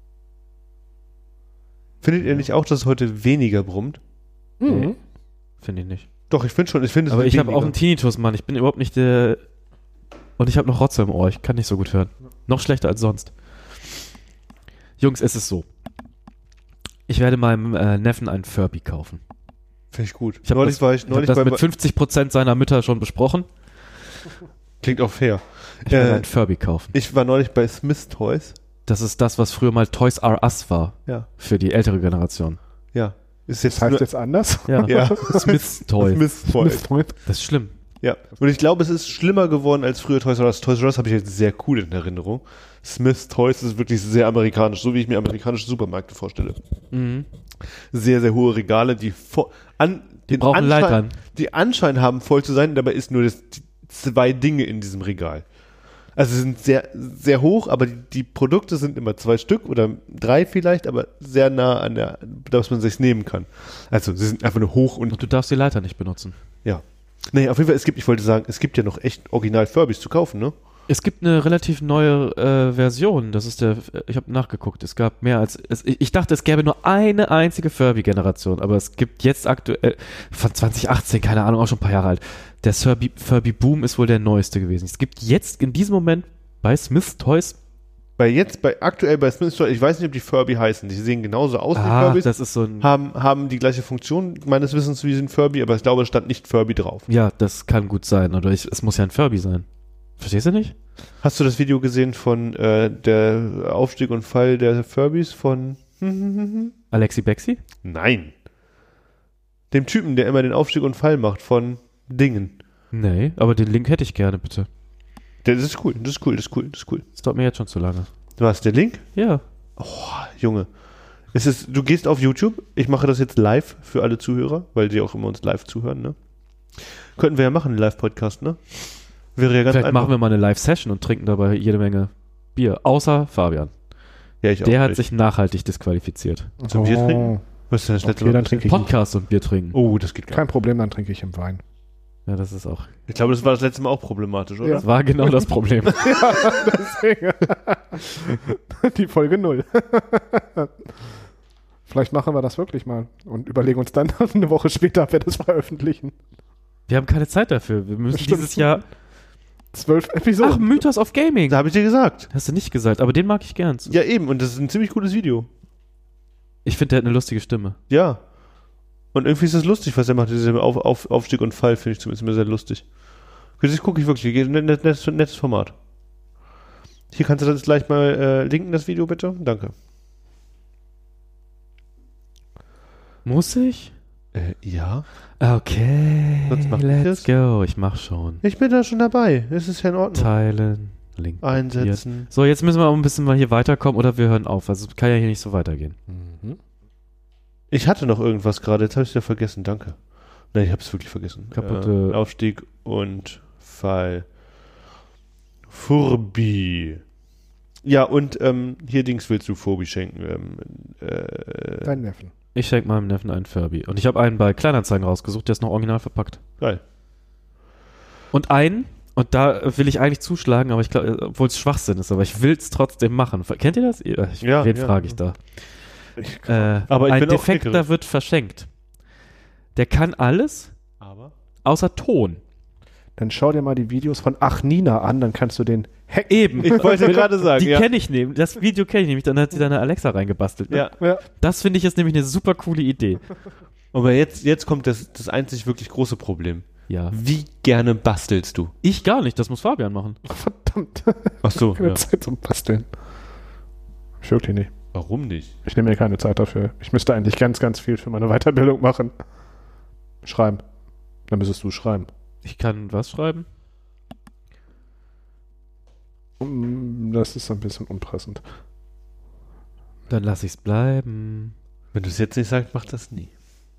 Findet ihr nicht auch, dass es heute weniger brummt? Nee. Finde ich nicht. Doch, ich finde schon. Ich finde es Aber ich weniger. habe auch einen Tinnitus, Mann. Ich bin überhaupt nicht der... Und ich habe noch Rotze im Ohr. Ich kann nicht so gut hören. Noch schlechter als sonst. Jungs, es ist so. Ich werde meinem Neffen einen Furby kaufen. Finde ich gut. Ich habe das, neulich das mit 50% seiner Mütter schon besprochen. Klingt auch fair. Ich werde einen Furby kaufen. Ich war neulich bei Smith Toys. Das ist das, was früher mal Toys R Us war. Ja. Für die ältere Generation. Ja. Ist jetzt Das heißt jetzt anders? Ja. Ja. Smith's Toys. Smith Toys. Das ist schlimm. Ja. Und ich glaube, es ist schlimmer geworden als früher Toys R Us. Toys R Us habe ich jetzt sehr cool in Erinnerung. Smith Toys ist wirklich sehr amerikanisch, so wie ich mir amerikanische Supermärkte vorstelle. Mhm. Sehr, sehr hohe Regale, die brauchen Leitern. Die Anschein haben, voll zu sein, dabei ist nur die 2 Dinge in diesem Regal. Also sie sind sehr, sehr hoch, aber die Produkte sind immer 2 Stück oder 3 vielleicht, aber sehr nah an der, dass man sich nehmen kann. Also sie sind einfach nur hoch und Und du darfst die Leiter nicht benutzen. ja. Nee, auf jeden Fall, ich wollte sagen, es gibt ja noch echt Original Furbys zu kaufen, ne? Es gibt eine relativ neue Version. Das ist ich habe nachgeguckt. Es gab mehr als, ich dachte, es gäbe nur eine einzige Furby-Generation, aber es gibt jetzt aktuell, von 2018, keine Ahnung, auch schon ein paar Jahre alt. Der Furby Boom ist wohl der neueste gewesen. Es gibt jetzt in diesem Moment bei Smith Toys. Aktuell bei Smith Toys, ich weiß nicht, ob die Furby heißen. Die sehen genauso aus wie Furbys. Das ist so ein, haben die gleiche Funktion, meines Wissens, wie ein Furby, aber ich glaube, es stand nicht Furby drauf. ja, das kann gut sein. Oder es muss ja ein Furby sein. Verstehst du nicht? Hast du das Video gesehen von der Aufstieg und Fall der Furbys von Alexi Bexi? Nein. Dem Typen, der immer den Aufstieg und Fall macht von Dingen. Nee, aber den Link hätte ich gerne, bitte. Das ist cool, das ist cool, das ist cool, das ist cool. Das dauert mir jetzt schon zu lange. Du hast den Link? Ja. Oh, Junge. Du gehst auf YouTube, ich mache das jetzt live für alle Zuhörer, weil die auch immer uns live zuhören, ne? Könnten wir ja machen, einen Live-Podcast, ne? Wäre ja ganz Vielleicht einfach. machen wir mal eine Live-Session und trinken dabei jede Menge Bier. Außer Fabian. Ja, ich auch. Der hat nicht. sich nachhaltig disqualifiziert. Zum Bier trinken? Was ist denn das letzte Okay, Mal? dann trinke ich. Podcast und Bier trinken. Oh, das geht gar Kein Problem, dann trinke ich im Wein. Ja, das ist auch. nicht. Ich glaube, das war das letzte Mal auch problematisch, oder? Ja. Das war genau das Problem. Deswegen. Die Folge 0. Vielleicht machen wir das wirklich mal und überlegen uns dann eine Woche später, ob wir das veröffentlichen. Wir haben keine Zeit dafür. Wir müssen Stimmt. dieses Jahr. 12 Ach, Episoden. Mythos of Gaming. Da habe ich dir gesagt. Hast du nicht gesagt, aber den mag ich gern. Ja, eben, und das ist ein ziemlich cooles Video. Ich finde, der hat eine lustige Stimme. Ja. Und irgendwie ist es lustig, was er macht. Dieser Aufstieg und Fall finde ich zumindest immer sehr lustig. Das gucke ich wirklich. Nettes Format. Hier kannst du das gleich mal linken, das Video bitte. Danke. Muss ich? Ja. Okay, Sonst mach ich let's das. go. Ich mach schon. Ich bin da schon dabei. Es ist ja in Ordnung. Teilen, Link. Einsetzen. So, jetzt müssen wir auch ein bisschen mal hier weiterkommen oder wir hören auf. Also kann ja hier nicht so weitergehen. Ich hatte noch irgendwas gerade, jetzt habe ich es ja vergessen. Danke. Nein, ich habe es wirklich vergessen. Kaputte- Aufstieg und Fall. Furby. Ja, und hier Dings willst du Furby schenken. Dein Neffen. Ich schenke meinem Neffen einen Furby. Und ich habe einen bei Kleinanzeigen rausgesucht, der ist noch original verpackt. Geil. Und einen, und da will ich eigentlich zuschlagen, aber ich glaube, obwohl es Schwachsinn ist, aber ich will es trotzdem machen. Kennt ihr das? Ja, Wen ja. frage ich da? Aber ich ein bin auch Defekter knickrig. wird verschenkt. Der kann alles, Aber? außer Ton. Dann schau dir mal die Videos von Ach Nina an, dann kannst du den hacken. Eben. Ich wollte gerade sagen, Die ja. kenne ich nämlich. Das Video kenne ich nämlich. Dann hat sie da eine Alexa reingebastelt. Ne? Ja. Ja. Das finde ich ist nämlich eine super coole Idee. Aber jetzt kommt das einzig wirklich große Problem. Ja. Wie gerne bastelst du? Ich gar nicht. Das muss Fabian machen. Verdammt. Ach so. Keine Ja. Zeit zum Basteln. Ich wirklich nicht. Warum nicht? Ich nehme mir keine Zeit dafür. Ich müsste eigentlich ganz, ganz viel für meine Weiterbildung machen. Schreiben. Dann müsstest du schreiben. Ich kann was schreiben? Das ist ein bisschen unpassend. Dann lasse ich es bleiben. Wenn du es jetzt nicht sagst, mach das nie.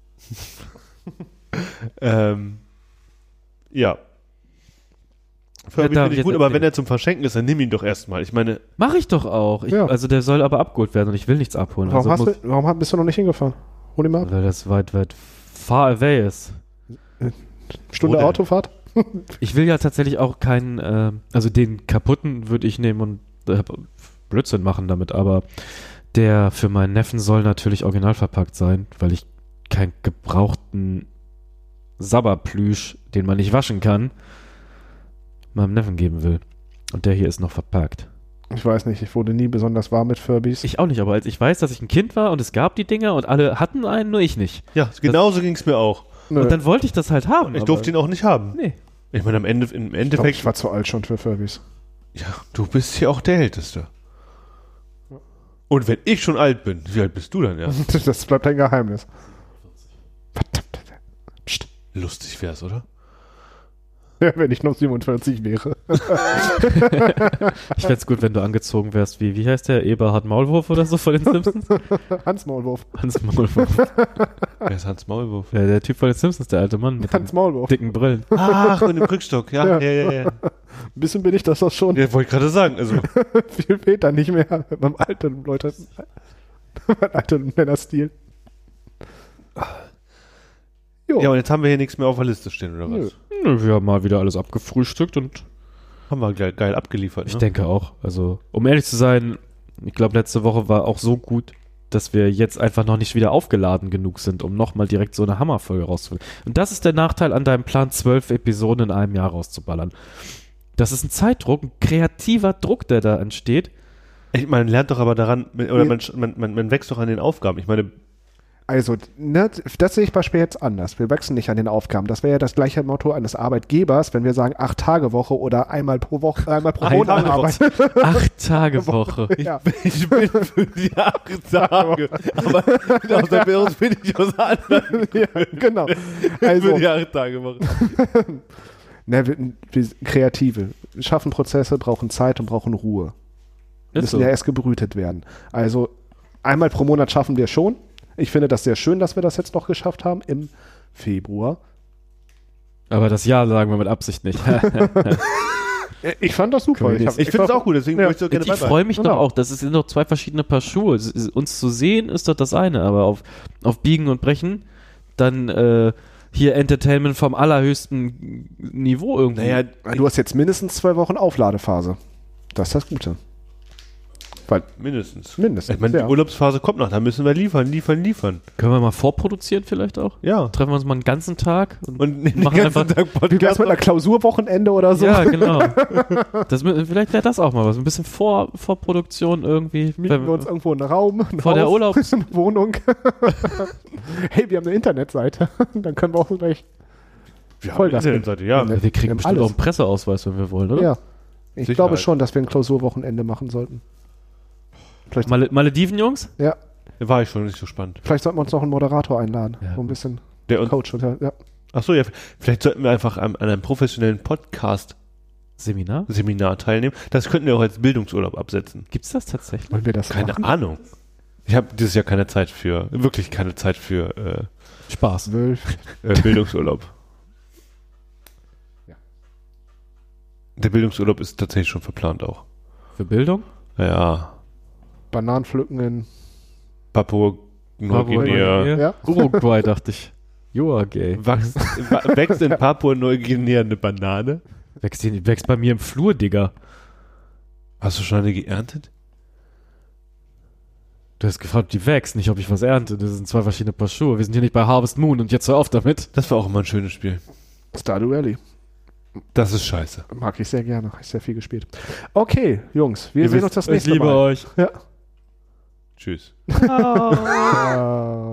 Ja. Furby darf finde ich ich gut, jetzt aber erzählen? wenn er zum Verschenken ist, dann nimm ihn doch erstmal. Ich meine, Mache ich doch auch. Ja. Also der soll aber abgeholt werden und ich will nichts abholen. Warum, also bist du noch nicht hingefahren? Hol ihn mal ab. weil das weit far away ist. Stunde Wo denn? Autofahrt? Ich will ja tatsächlich auch keinen, also den kaputten würde ich nehmen und Blödsinn machen damit, aber der für meinen Neffen soll natürlich original verpackt sein, weil ich keinen gebrauchten Sabberplüsch, den man nicht waschen kann, meinem Neffen geben will. Und der hier ist noch verpackt. Ich weiß nicht, ich wurde nie besonders warm mit Furbys. Ich auch nicht, aber als ich weiß, dass ich ein Kind war und es gab die Dinger und alle hatten einen, nur ich nicht. ja, genauso ging es mir auch. Nö. Und dann wollte ich das halt haben. Ich aber- durfte ihn auch nicht haben. Nee. Ich meine, im ich glaub, Endeffekt, ich war zu alt schon für Furbys. ja, du bist hier auch der Älteste. Und wenn ich schon alt bin, wie alt bist du dann, ja? Das bleibt ein Geheimnis. Verdammt. Psst. Lustig wär's, oder? Ja, wenn ich noch 47 wäre. Ich fände es gut, wenn du angezogen wärst wie heißt der? Eberhard Maulwurf oder so von den Simpsons? Hans Maulwurf. Hans Maulwurf. Wer ist Hans Maulwurf? Ja, der Typ von den Simpsons, der alte Mann mit den Hans Maulwurf. dicken Brillen. Ach, und im Rückstock, ja. Ja. Ein bisschen bin ich das auch schon. Ja, wollte ich gerade sagen, also, Viel fehlt da nicht mehr. Beim alten Leute. Beim alten Männerstil. Jo. ja, und jetzt haben wir hier nichts mehr auf der Liste stehen, oder Nö. was? Nö, wir haben mal wieder alles abgefrühstückt und Haben wir geil abgeliefert, ne? ich denke auch. Also, um ehrlich zu sein, ich glaube, letzte Woche war auch so gut, dass wir jetzt einfach noch nicht wieder aufgeladen genug sind, um nochmal direkt so eine Hammerfolge rauszuholen. Und das ist der Nachteil an deinem Plan, 12 Episoden in einem Jahr rauszuballern. Das ist ein Zeitdruck, ein kreativer Druck, der da entsteht. Man lernt doch aber daran, oder man wächst doch an den Aufgaben. Ich meine, Also, ne, das sehe ich bei Spiel jetzt anders. Wir wachsen nicht an den Aufgaben. Das wäre ja das gleiche Motto eines Arbeitgebers, wenn wir sagen 8-Tage-Woche oder einmal pro Woche, einmal pro Monat arbeiten. 8-Tage-Woche. Ja. ich bin für die 8 Tage. Aber aus der Währung bin ich aus anderen Ja, genau. für Also, die 8 Tage machen. ne, wir Kreative schaffen Prozesse, brauchen Zeit und brauchen Ruhe. Ist Müssen so. ja erst gebrütet werden. Also, einmal pro Monat schaffen wir schon. Ich finde das sehr schön, dass wir das jetzt noch geschafft haben im Februar. Aber das Jahr sagen wir mit Absicht nicht. Ich fand das super. Können wir Ich finde es auch gut, deswegen Ja. möchte ich so gerne Ich beibehalten. freue mich Genau. doch auch. Das sind doch zwei verschiedene Paar Schuhe. Uns zu sehen ist doch das eine, aber auf Biegen und Brechen dann hier Entertainment vom allerhöchsten Niveau irgendwie. Naja, Du hast jetzt mindestens 2 Wochen Aufladephase. Das ist das Gute. Weil Mindestens. mindestens, Ich meine, ja. die Urlaubsphase kommt noch, da müssen wir liefern. Können wir mal vorproduzieren vielleicht auch? Ja. Treffen wir uns mal einen ganzen Tag Und den machen ganzen einfach- Tag Wie wär's mit einer Klausurwochenende oder so? Ja, genau. Vielleicht wäre das auch mal was. Ein bisschen Vorproduktion irgendwie. Mieten wir uns irgendwo einen Raum, ein vor der Haus, Urlaubs... eine Wohnung. Hey, wir haben eine Internetseite. Dann können wir auch gleich Vollgas geben. Seite, ja. Wir kriegen haben bestimmt alles. auch einen Presseausweis, wenn wir wollen, oder? Ja. Ich Sicherheit. glaube schon, dass wir ein Klausurwochenende machen sollten. Vielleicht, Malediven, Jungs? ja, War ich schon nicht so spannend. vielleicht sollten wir uns noch einen Moderator einladen. Ja. So ein bisschen Der uns, Coach. Ja. achso, ja, vielleicht sollten wir einfach an einem professionellen Podcast-Seminar Seminar? teilnehmen. Das könnten wir auch als Bildungsurlaub absetzen. Gibt's das tatsächlich? Wollen wir das Keine machen? Ahnung. Ich habe dieses Jahr wirklich keine Zeit für Spaß. 12. Bildungsurlaub. Ja. Der Bildungsurlaub ist tatsächlich schon verplant auch. Für Bildung? Ja. Bananen pflücken in. Papua-Neuguinea. Ja. Uruguay, dachte ich. You are gay. Wächst in Papua-Neuguinea eine Banane? Wächst bei mir im Flur, Digga. Hast du schon eine geerntet? Du hast gefragt, ob die wächst, nicht ob ich was ernte. Das sind zwei verschiedene Paar Schuhe. Wir sind hier nicht bei Harvest Moon und jetzt hör auf damit. Das war auch immer ein schönes Spiel. Stardew Valley. Das ist scheiße. Mag ich sehr gerne. Habe ich sehr viel gespielt. Okay, Jungs, wir Ihr sehen wisst, uns das Ich nächste liebe Mal. euch. Ja. Tschüss. Ah.